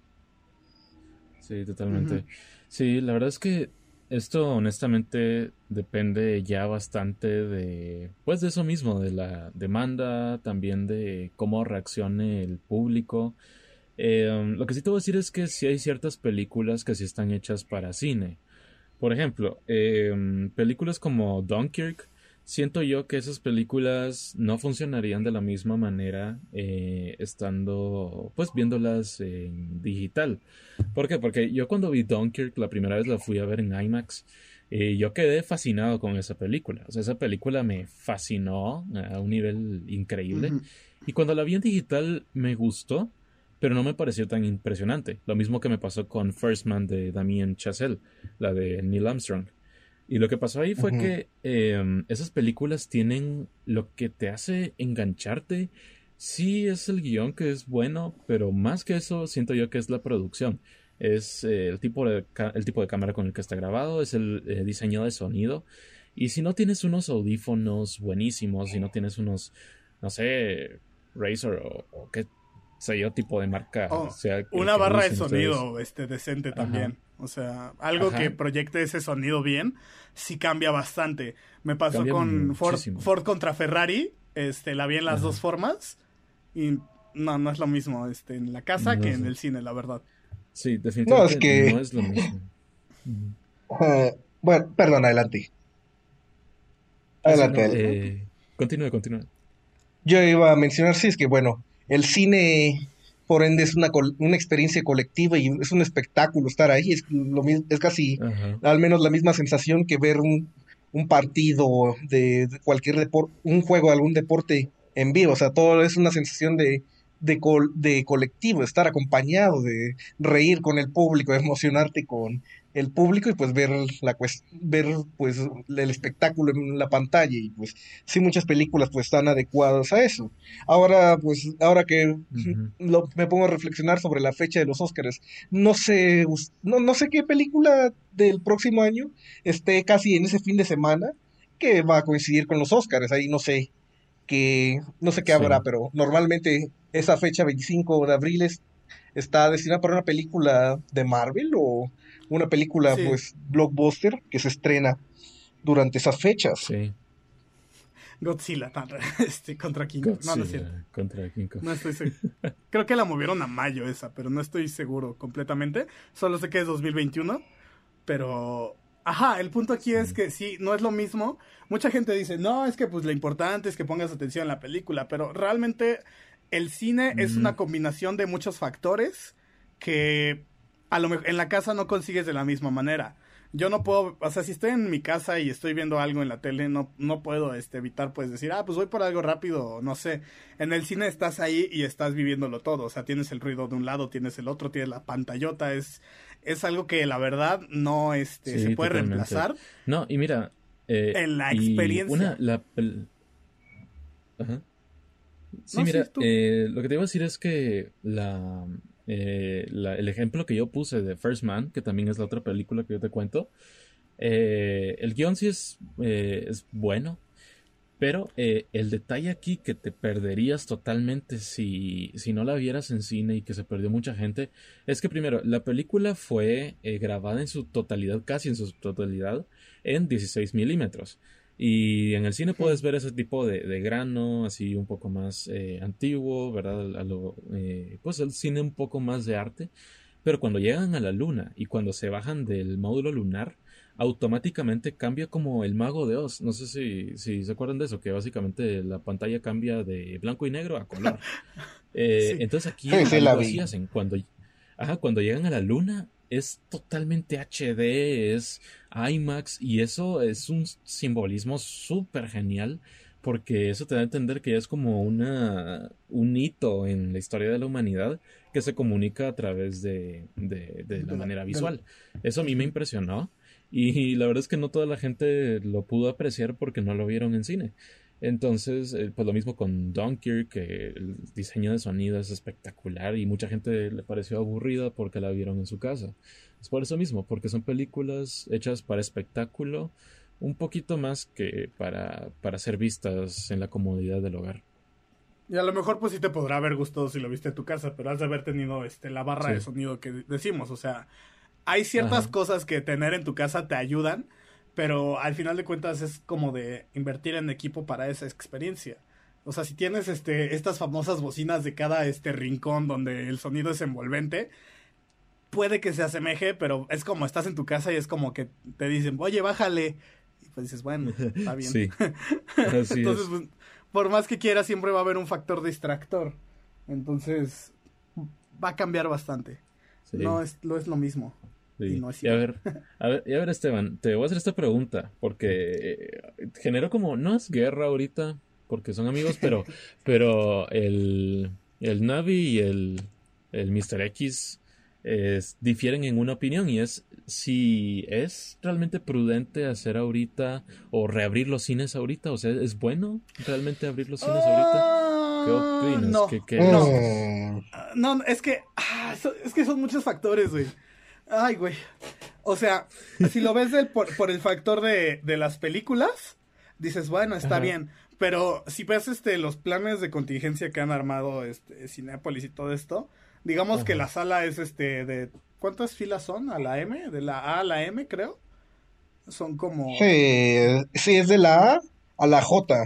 Sí, Ujú. totalmente. Sí, la verdad es que esto honestamente depende ya bastante de, pues de eso mismo, de la demanda, también de cómo reaccione el público. Eh, um, lo que sí te voy a decir es que sí hay ciertas películas que sí están hechas para cine. Por ejemplo, em, películas como Dunkirk, siento yo que esas películas no funcionarían de la misma manera eh, estando, pues, viéndolas en digital. ¿Por qué? Porque yo cuando vi Dunkirk la primera vez la fui a ver en IMAX, eh, yo quedé fascinado con esa película. O sea, esa película me fascinó a un nivel increíble. Ujú. Y cuando la vi en digital me gustó, pero no me pareció tan impresionante. Lo mismo que me pasó con First Man de Damien Chazelle, la de Neil Armstrong. Y lo que pasó ahí fue Ujú. que eh, esas películas tienen lo que te hace engancharte. Sí es el guión que es bueno, pero más que eso siento yo que es la producción. Es eh, el, tipo de ca- el tipo de cámara con el que está grabado, es el eh, diseño de sonido. Y si no tienes unos audífonos buenísimos, si no tienes unos, no sé, Razer o, o qué sé yo, tipo de marca Oh, sea el una que barra de usen ustedes. sonido este, decente Ajá, también. O sea, algo que ajá, proyecte ese sonido bien, sí cambia bastante. Me pasó cambia con Ford, muchísimo. Ford contra Ferrari. Este, la vi en las dos Ajá, formas. Y no, no es lo mismo este, en la casa no que en sé. el cine, la verdad. Sí, No, es definitivamente no que, es lo mismo. Ujú. eh, bueno, perdón, adelante. Ah, sí, Adelante, no, adelante. eh, continúe, continúe. Yo iba a mencionar, sí, es que bueno, el cine, por ende, es una, col- una experiencia colectiva y es un espectáculo estar ahí. Es, lo, mis- es casi, Ajá, al menos, la misma sensación que ver un, un partido de, de cualquier deporte, un juego de algún deporte en vivo. O sea, todo es una sensación de, de, col- de colectivo, estar acompañado, de reír con el público, de emocionarte con el público y pues ver la cues- ver pues el espectáculo en la pantalla y pues sí, muchas películas pues están adecuadas a eso. Ahora, pues, ahora que ujú. lo- me pongo a reflexionar sobre la fecha de los Óscares, no sé, us- no, no sé qué película del próximo año esté casi en ese fin de semana que va a coincidir con los Óscares. Ahí no sé qué, no sé qué habrá, Sí, pero normalmente esa fecha veinticinco de abril es- está destinada para una película de Marvel o una película Sí, pues blockbuster que se estrena durante esas fechas. sí. Godzilla tan- este, contra King Kong. No, no es cierto. Godzilla contra King Kong. No estoy seguro. Creo que la movieron a mayo esa, pero no estoy seguro completamente. Solo sé que es dos mil veintiuno. Pero, ajá, el punto aquí es Sí. que sí, no es lo mismo. Mucha gente dice, no, es que pues lo importante es que pongas atención en la película, pero realmente el cine es Mm, una combinación de muchos factores que a lo mejor en la casa no consigues de la misma manera. yo no puedo, o sea, si estoy en mi casa y estoy viendo algo en la tele, no, no puedo este, evitar pues decir, ah, pues voy por algo rápido, no sé. En el cine estás ahí y estás viviéndolo todo, o sea, tienes el ruido de un lado, tienes el otro, tienes la pantallota, es, es algo que la verdad no este, Sí, se puede totalmente. reemplazar. No, y mira, eh, En la y experiencia. una, la, el- ajá. Sí, No, sí, mira, tú. eh, lo que te iba a decir es que la, eh, la- el ejemplo que yo puse de First Man, que también es la otra película que yo te cuento, eh, el guión sí es, eh, es bueno, pero eh, el detalle aquí que te perderías totalmente si, si no la vieras en cine y que se perdió mucha gente, es que primero, la película fue eh, grabada en su totalidad, casi en su totalidad, en dieciséis milímetros. Y en el cine puedes ver ese tipo de, de grano, así un poco más eh, antiguo, ¿verdad? A lo, eh, pues el cine un poco más de arte. Pero cuando llegan a la luna y cuando se bajan del módulo lunar, automáticamente cambia como el Mago de Oz. No sé si, si se acuerdan de eso, que básicamente la pantalla cambia de blanco y negro a color. Eh, Sí. entonces aquí Sí, sí, la algo vi. así hacen. Cuando, ajá, cuando llegan a la luna es totalmente H D, es IMAX y eso es un simbolismo súper genial porque eso te da a entender que es como una, un hito en la historia de la humanidad que se comunica a través de, de, de la De la- manera de la- visual. Eso a mí me Ujú. impresionó y la verdad es que no toda la gente lo pudo apreciar porque no lo vieron en cine. Entonces, eh, pues lo mismo con Dunkirk, que el diseño de sonido es espectacular y mucha gente le pareció aburrida porque la vieron en su casa. Es por eso mismo, porque son películas hechas para espectáculo, un poquito más que para, para ser vistas en la comodidad del hogar. Y a lo mejor pues sí te podrá haber gustado si lo viste en tu casa, pero has de haber tenido este la barra de Sí. sonido que decimos, o sea, hay ciertas Ajá. cosas que tener en tu casa te ayudan, pero al final de cuentas es como de invertir en equipo para esa experiencia. O sea, si tienes este estas famosas bocinas de cada este rincón donde el sonido es envolvente, puede que se asemeje, pero es como estás en tu casa y es como que te dicen, "Oye, bájale." Y pues dices, "Bueno, está bien." Sí, así Entonces, es. pues, por más que quieras, siempre va a haber un factor distractor. Entonces, va a cambiar bastante. No Sí, es, lo es lo mismo. Y sí. no es Y a igual. ver, a ver, y a ver, Esteban, te voy a hacer esta pregunta, porque eh, generó como, no es guerra ahorita, porque son amigos, pero, pero el, el Navi y el, el míster X es- difieren en una opinión, y es si es realmente prudente hacer ahorita o reabrir los cines ahorita, o sea, ¿es bueno realmente abrir los cines ahorita? ¿Qué Ah, opinas? no, ¿Qué, qué no. dices? Mm, Ah, no, es que, ah, so- es que son muchos factores, güey. Ay, güey. O sea, si lo ves del- por, por el factor de, de las películas, dices, bueno, está Ajá, bien. Pero si ves este los planes de contingencia que han armado este Cinépolis y todo esto, digamos que la ajá. sala es este de ¿cuántas filas son? A la M, de la A a la M, creo. Son como sí, sí, es de la A a la J.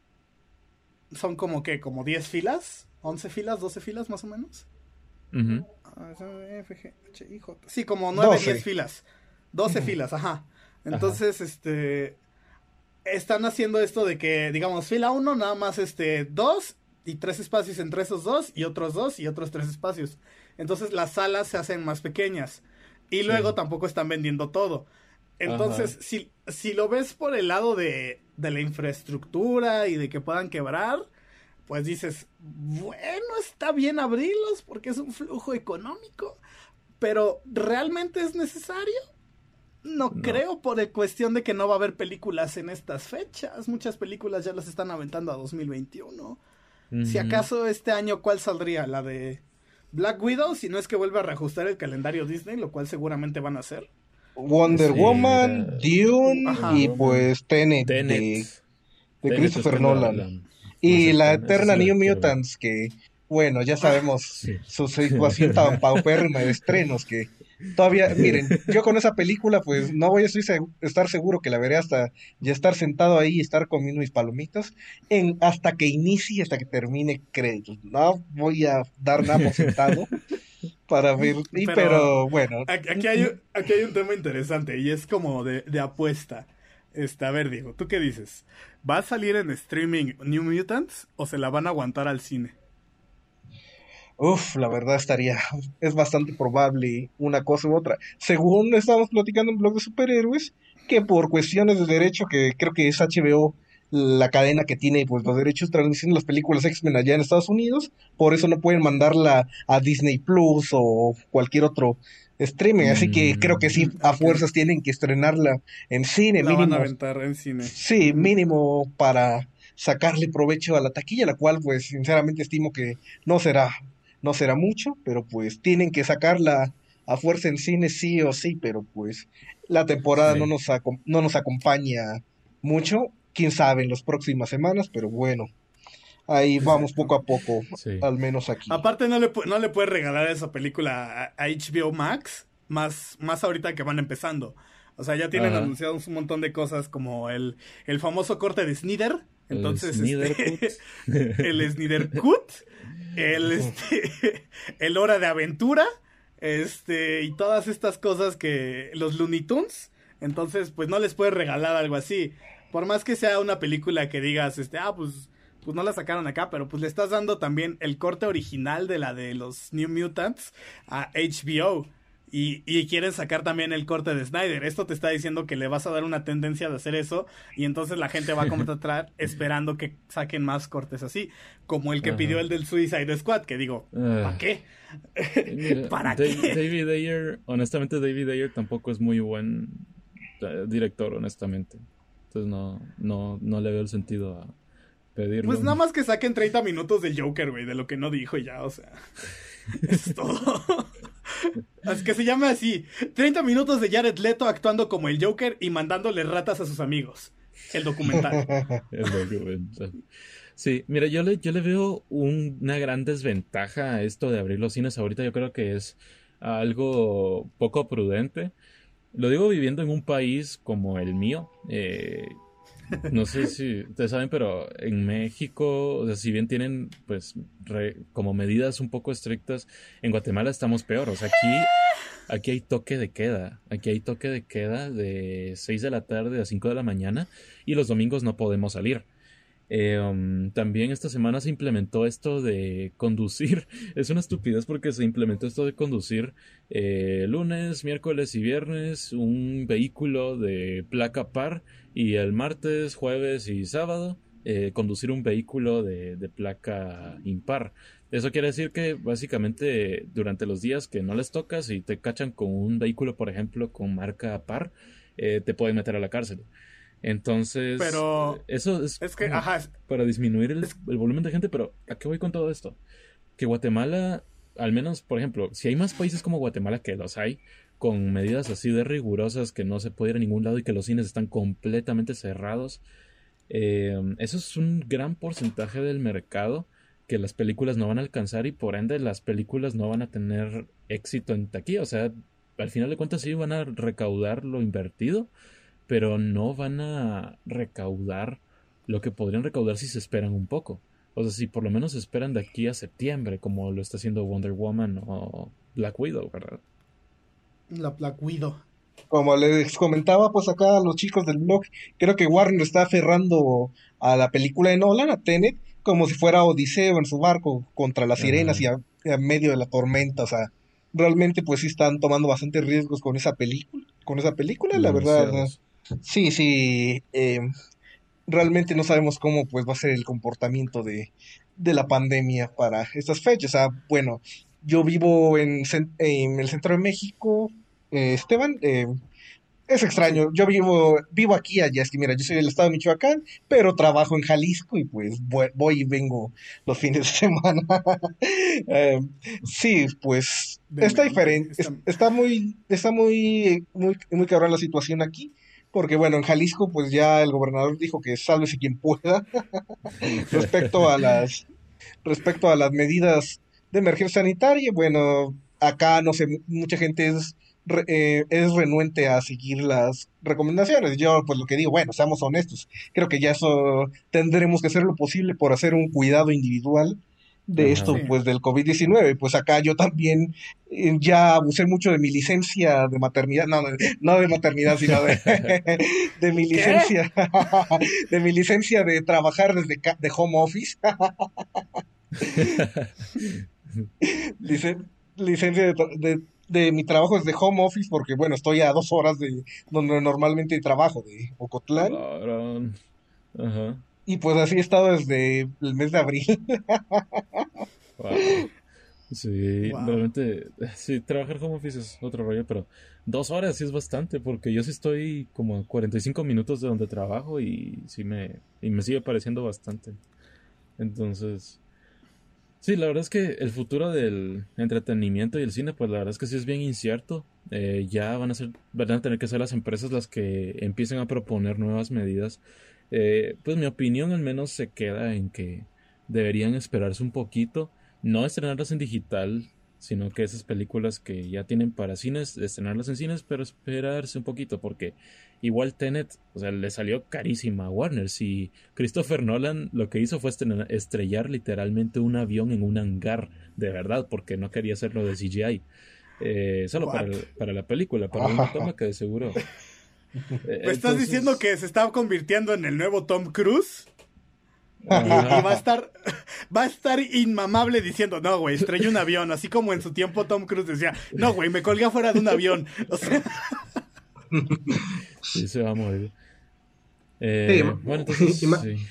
son como que como diez filas, once filas, doce filas más o menos. Ujú, Ah, es F, G, H, I, J. Sí, como nueve, doce. diez filas. Doce Ujú. filas, ajá. ajá. Entonces, este están haciendo esto de que, digamos, fila uno nada más este dos y tres espacios entre esos dos y otros dos y otros tres espacios. Entonces las salas se hacen más pequeñas y luego Sí, tampoco están vendiendo todo. ajá. Entonces, si, si lo ves por el lado de, de la infraestructura y de que puedan quebrar, pues dices, bueno, está bien abrirlos porque es un flujo económico, pero ¿realmente es necesario? No No. creo por el cuestión de que no va a haber películas en estas fechas. Muchas películas ya las están aventando a dos mil veintiuno. Si Ujú. acaso este año, ¿cuál saldría? La de Black Widow, si no es que vuelve a reajustar el calendario Disney, lo cual seguramente van a hacer. Wonder Sí, Woman, mira, Uh, Dune Wonder ajá. y Woman, pues Tenet Tenet, de, de Tenet es Christopher la, Nolan. la más Y la cercana, esa sí eterna la New quiero ver. Mutants, que bueno, ya Ah, sabemos Sí. su situación tan paupérrima de estrenos que todavía, miren, yo con esa película pues no voy a estoy seg- estar seguro que la veré hasta ya estar sentado ahí y estar comiendo mis palomitas en, hasta que inicie, hasta que termine créditos. No voy a dar nada por sentado para ver, y pero pero bueno, aquí n- aquí hay, n- un- aquí hay un tema interesante y es como de, de apuesta. Este, a ver, Diego, ¿tú qué dices? ¿Va a salir en streaming New Mutants o se la van a aguantar al cine? Uf, la verdad estaría, es bastante probable una cosa u otra. Según estábamos platicando en blog de superhéroes, que por cuestiones de derecho, que creo que es H B O la cadena que tiene pues los derechos de transmisión de las películas X-Men allá en Estados Unidos, por eso no pueden mandarla a Disney Plus o cualquier otro streaming, así que creo que sí, Mm, a ok. fuerzas tienen que estrenarla en cine La van a mínimo. aventar en cine. Sí, Ujú. mínimo para sacarle provecho a la taquilla, la cual pues sinceramente estimo que no será, no será mucho, pero pues tienen que sacarla a fuerza en cine sí o sí, pero pues la temporada no Sí, nos, acom- no nos acompaña mucho, quién sabe en las próximas semanas, pero bueno, ahí vamos Exacto. poco a poco, sí. al menos aquí. Aparte no le, pu- no le puedes regalar esa película a, a H B O Max, más, más ahorita que van empezando. O sea, ya tienen Ajá. anunciados un montón de cosas como el, el famoso corte de Snyder. El Entonces, Snyder Cut. este, el Snyder Cut, el, este, el Hora de Aventura, este, y todas estas cosas que los Looney Tunes. Entonces, pues no les puedes regalar algo así. Por más que sea una película que digas, este, ah, pues pues no la sacaron acá, pero pues le estás dando también el corte original de la de los New Mutants a H B O. Y, y quieren sacar también el corte de Snyder. Esto te está diciendo que le vas a dar una tendencia de hacer eso. Y entonces la gente va a contratar esperando que saquen más cortes así. Como el que pidió Ajá. el del Suicide Squad. Que digo, ¿para Ah, qué? mira, ¿Para Da- qué? David Ayer, honestamente David Ayer tampoco es muy buen eh, director, honestamente. Entonces no, no, no le veo el sentido a pedirle Pues nada un... más que saquen treinta minutos del Joker, güey. De lo que no dijo y ya, o sea. Eso es todo. Es que se llame así. treinta minutos de Jared Leto actuando como el Joker y mandándole ratas a sus amigos. El documental. el documental. Sí, mira, yo le, yo le veo un- una gran desventaja a esto de abrir los cines ahorita. Yo creo que es algo poco prudente. Lo digo viviendo en un país como el mío. eh, no sé si ustedes saben, pero en México, o sea, si bien tienen pues re- como medidas un poco estrictas, en Guatemala estamos peor. O sea, aquí, aquí hay toque de queda. Aquí hay toque de queda de seis de la tarde a cinco de la mañana y los domingos no podemos salir. Eh, um, también esta semana se implementó esto de conducir. Es una estupidez porque se implementó esto de conducir eh, lunes, miércoles y viernes un vehículo de placa par y el martes, jueves y sábado eh, conducir un vehículo de, de placa impar. Eso quiere decir que básicamente durante los días que no les toca, si te cachan con un vehículo, por ejemplo, con marca par, eh, te pueden meter a la cárcel. Entonces, eh, Pero eso es es que, como ajá, es, para disminuir el, es- el volumen de gente, pero ¿a qué voy con todo esto? Que Guatemala, al menos, por ejemplo, si hay más países como Guatemala, que los hay, con medidas así de rigurosas que no se puede ir a ningún lado y que los cines están completamente cerrados, eh, eso es un gran porcentaje del mercado que las películas no van a alcanzar y por ende las películas no van a tener éxito en taquilla. O sea, al final de cuentas sí van a recaudar lo invertido, pero no van a recaudar lo que podrían recaudar si se esperan un poco. O sea, si por lo menos se esperan de aquí a septiembre, como lo está haciendo Wonder Woman o Black Widow, ¿verdad? la Black Widow. Como les comentaba, pues acá a los chicos del blog, creo que Warner está aferrando a la película de Nolan, a Tenet, como si fuera Odiseo en su barco contra las sirenas y Ajá. a, y a medio de la tormenta. O sea, realmente pues sí están tomando bastantes riesgos con esa película. Con esa película, la verdad, Demasiados. sí, sí. eh, realmente no sabemos cómo pues va a ser el comportamiento de, de la pandemia para estas fechas. O sea, bueno, yo vivo en, cen- en el centro de México, eh, Esteban. eh, es Sí. extraño, yo vivo, vivo aquí allá, es que mira, yo soy del estado de Michoacán, pero trabajo en Jalisco y pues voy, voy y vengo los fines de semana. Eh, sí, pues está Demente. diferente, Está... es- está muy, está muy, muy, muy cabrón la situación aquí, porque bueno, en Jalisco pues ya el gobernador dijo que sálvese quien pueda respecto a las, respecto a las medidas de emergencia sanitaria. Bueno, acá no sé, mucha gente es, re- eh, es renuente a seguir las recomendaciones. Yo, pues lo que digo, bueno, seamos honestos, creo que ya eso tendremos que hacer lo posible por hacer un cuidado individual de esto, Ajá. Sí. pues del covid diecinueve. Pues acá yo también eh, ya abusé mucho de mi licencia de maternidad, no, no, no de maternidad, sino de, de mi ¿Qué? licencia, de mi licencia de trabajar desde ca- de home office. Dice, licencia de, tra- de, de mi trabajo es de home office porque, bueno, estoy a dos horas de donde normalmente trabajo, de Ocotlán. Cabrón. Ajá. Y pues así he estado desde el mes de abril. Wow. Sí, Wow. realmente, sí, trabajar home office es otro rollo, pero dos horas sí es bastante, porque yo sí estoy como a cuarenta y cinco minutos de donde trabajo y sí me, y me sigue pareciendo bastante. Entonces, sí, la verdad es que el futuro del entretenimiento y el cine, pues la verdad es que sí es bien incierto. Eh, ya van a ser, van a tener que ser las empresas las que empiecen a proponer nuevas medidas. Eh, pues mi opinión al menos se queda en que deberían esperarse un poquito, no estrenarlas en digital, sino que esas películas que ya tienen para cines, estrenarlas en cines, pero esperarse un poquito, porque igual Tenet, o sea, le salió carísima a Warner. Si Christopher Nolan lo que hizo fue estrenar- estrellar literalmente un avión en un hangar, de verdad, porque no quería hacerlo de C G I. Eh, solo para, What? el- para la película, para una toma que de seguro. Eh, ¿Me estás diciendo entonces, que se está convirtiendo en el nuevo Tom Cruise? Y, y ajá. va a estar va a estar inmamable diciendo, no, güey, estrellé un avión, así como en su tiempo Tom Cruise decía, no, güey, me colgué afuera de un avión. O sea, Sí, se va a morir. Sí, Eh, bueno, entonces, ima- sí.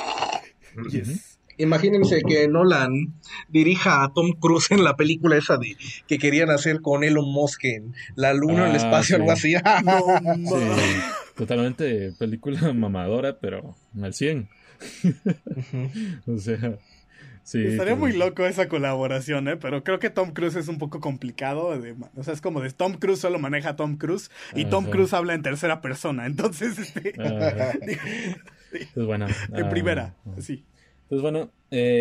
Ujú. yes. imagínense que Nolan dirija a Tom Cruise en la película esa de que querían hacer con Elon Musk en la luna, en el Ah, espacio, algo sí. así. No, ma. Sí, totalmente película mamadora, pero al cien. Ujú. O sea, sí, Estaría muy pues. loco esa colaboración, ¿eh? Pero creo que Tom Cruise es un poco complicado. De, o sea, es como de Tom Cruise solo maneja a Tom Cruise y Tom Ajá, Cruise habla en tercera persona. Entonces, este, ajá. digo, sí, Pues bueno, en ah, primera, ah. sí. Pues bueno,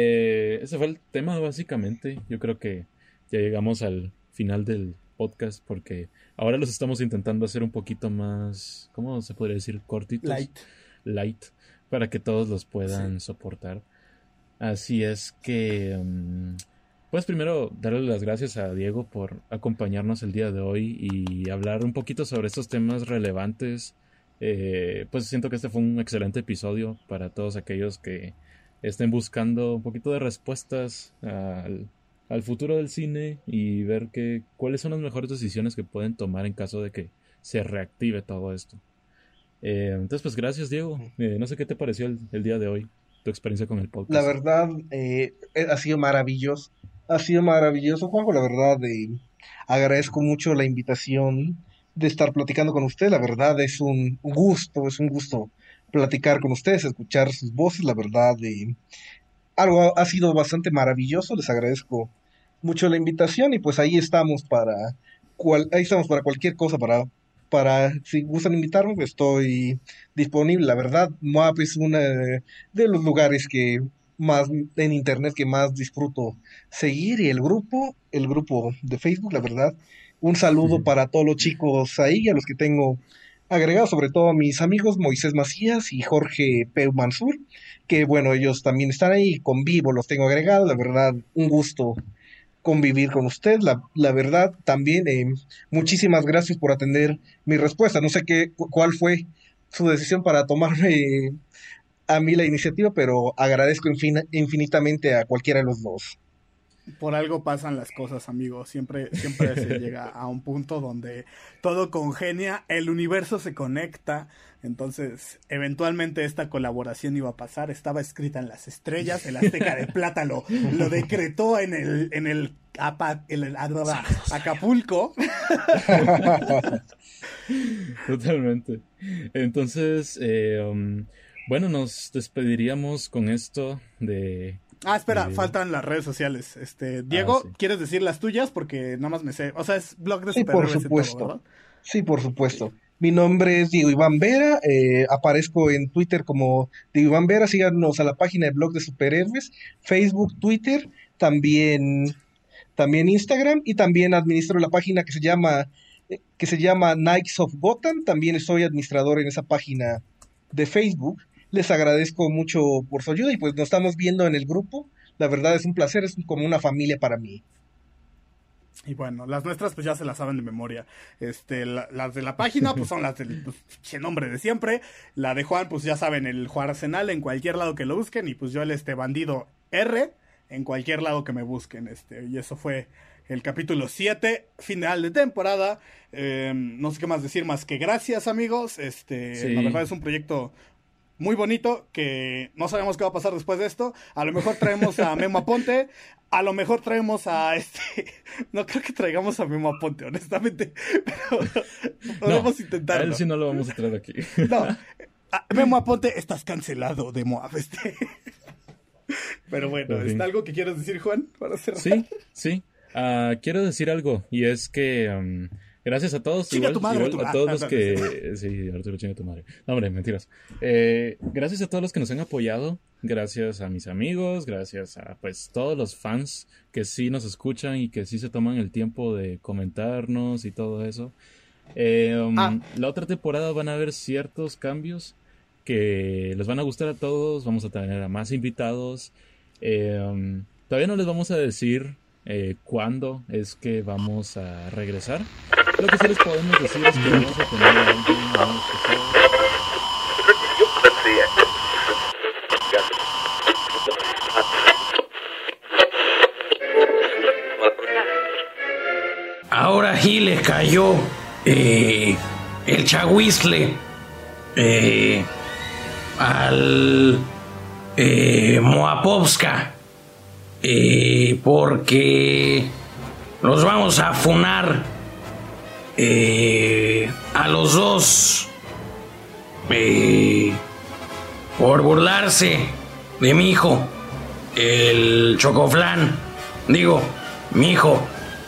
eh, ese fue el tema básicamente. Yo creo que ya llegamos al final del podcast porque ahora los estamos intentando hacer un poquito más, ¿cómo se podría decir? Cortitos, Light, light, para que todos los sí. puedan soportar. Así es que, um, pues primero darle las gracias a Diego por acompañarnos el día de hoy y hablar un poquito sobre estos temas relevantes. Eh, pues siento que este fue un excelente episodio para todos aquellos que estén buscando un poquito de respuestas al, al futuro del cine y ver que, cuáles son las mejores decisiones que pueden tomar en caso de que se reactive todo esto. Eh, entonces, pues gracias, Diego. Eh, no sé qué te pareció el, el día de hoy, tu experiencia con el La podcast. verdad, eh, eh, ha sido maravilloso. Ha sido maravilloso, Juanjo. La verdad, eh, agradezco mucho la invitación de estar platicando con usted. La verdad, es un gusto, es un gusto platicar con ustedes, escuchar sus voces. La verdad, eh, algo ha, ha sido bastante maravilloso. Les agradezco mucho la invitación y pues ahí estamos para cual, ahí estamos para cualquier cosa, para, para si gustan invitarme, pues estoy disponible. La verdad, M A P es uno de, de los lugares que más en internet que más disfruto seguir y el grupo, el grupo de Facebook, la verdad. Un saludo para todos los chicos ahí, a los que tengo agregados, sobre todo a mis amigos Moisés Macías y Jorge Peu Mansur, que bueno, ellos también están ahí, convivo, los tengo agregados, la verdad, un gusto convivir con usted, la, la verdad, también eh, muchísimas gracias por atender mi respuesta, no sé qué, cu- cuál fue su decisión para tomarme eh, a mí la iniciativa, pero agradezco infin- infinitamente a cualquiera de los dos. Por algo pasan las cosas, amigo. Siempre, siempre se llega a un punto donde todo congenia, el universo se conecta. Entonces, eventualmente esta colaboración iba a pasar. Estaba escrita en las estrellas. El Azteca de Plata lo, lo decretó en el, en el, Apa- en el Acapulco. Totalmente. Entonces, eh, um, bueno, nos despediríamos con esto de... Ah, espera, de- faltan las redes sociales. Este, Ah, Diego, sí. ¿quieres decir las tuyas? Porque nada más me sé. O sea, es blog de Sí, por superhéroes en todo, supuesto. ¿verdad? Sí, por Ok. supuesto. Mi nombre es Diego Iván Vera, eh, aparezco en Twitter como Diego Iván Vera, síganos a la página de Blog de Superhéroes, Facebook, Twitter, también, también Instagram y también administro la página que se llama, eh, que se llama Knights of Gotham, también soy administrador en esa página de Facebook. Les agradezco mucho por su ayuda y pues nos estamos viendo en el grupo. La verdad es un placer, es como una familia para mí. Y bueno, las nuestras pues ya se las saben de memoria. Este, la- las de la página pues son las del pues, che, nombre de siempre. La de Juan pues ya saben, el Juan Arsenal en cualquier lado que lo busquen. Y pues yo el este bandido R en cualquier lado que me busquen. Este, y eso fue el capítulo siete, final de temporada. Eh, no sé qué más decir más que gracias, amigos. Este, sí. La verdad es un proyecto muy bonito que no sabemos qué va a pasar después de esto. A lo mejor traemos a Memo Aponte. A lo mejor traemos a este... No creo que traigamos a Memo Aponte, honestamente. Pero podemos no, intentarlo. A él sí no lo vamos a traer aquí. No. Memo Aponte, estás cancelado de Moab. Este. Pero bueno, ¿está sí. algo que quieras decir, Juan? Para cerrar. Sí, sí. Uh, quiero decir algo, y es que um, gracias a todos, igual, tu madre, igual, tu... a todos ah, los no, que... no, no. Sí, Arturo, chinga tu madre. No, hombre, mentiras. Eh, gracias a todos los que nos han apoyado, gracias a mis amigos, gracias a pues todos los fans que sí nos escuchan y que sí se toman el tiempo de comentarnos y todo eso. Eh, um, ah. La otra temporada van a haber ciertos cambios que les van a gustar a todos, vamos a tener a más invitados. Eh, um, todavía no les vamos a decir eh, cuándo es que vamos a regresar. Lo que sí les podemos decir es que vamos a tener a alguien muy especial. Ahora sí les cayó eh, el chagüisle eh, al eh, Moapovska, eh, porque los vamos a funar eh, a los dos eh, por burlarse de mi hijo, el Chocoflán. Digo, mi hijo.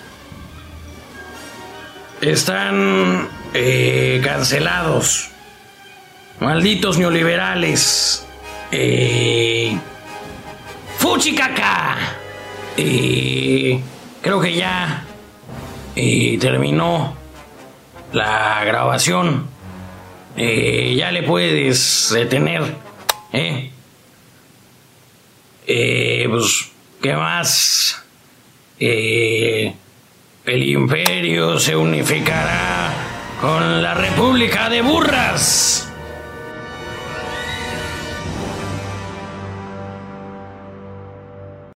Están eh, cancelados. Malditos neoliberales. Eh, ¡Fuchicaca! Eh, creo que ya eh, terminó la grabación. Eh, ya le puedes detener. ¿Eh? Eh, pues, ¿qué más? Eh, el imperio se unificará con la República de Burras.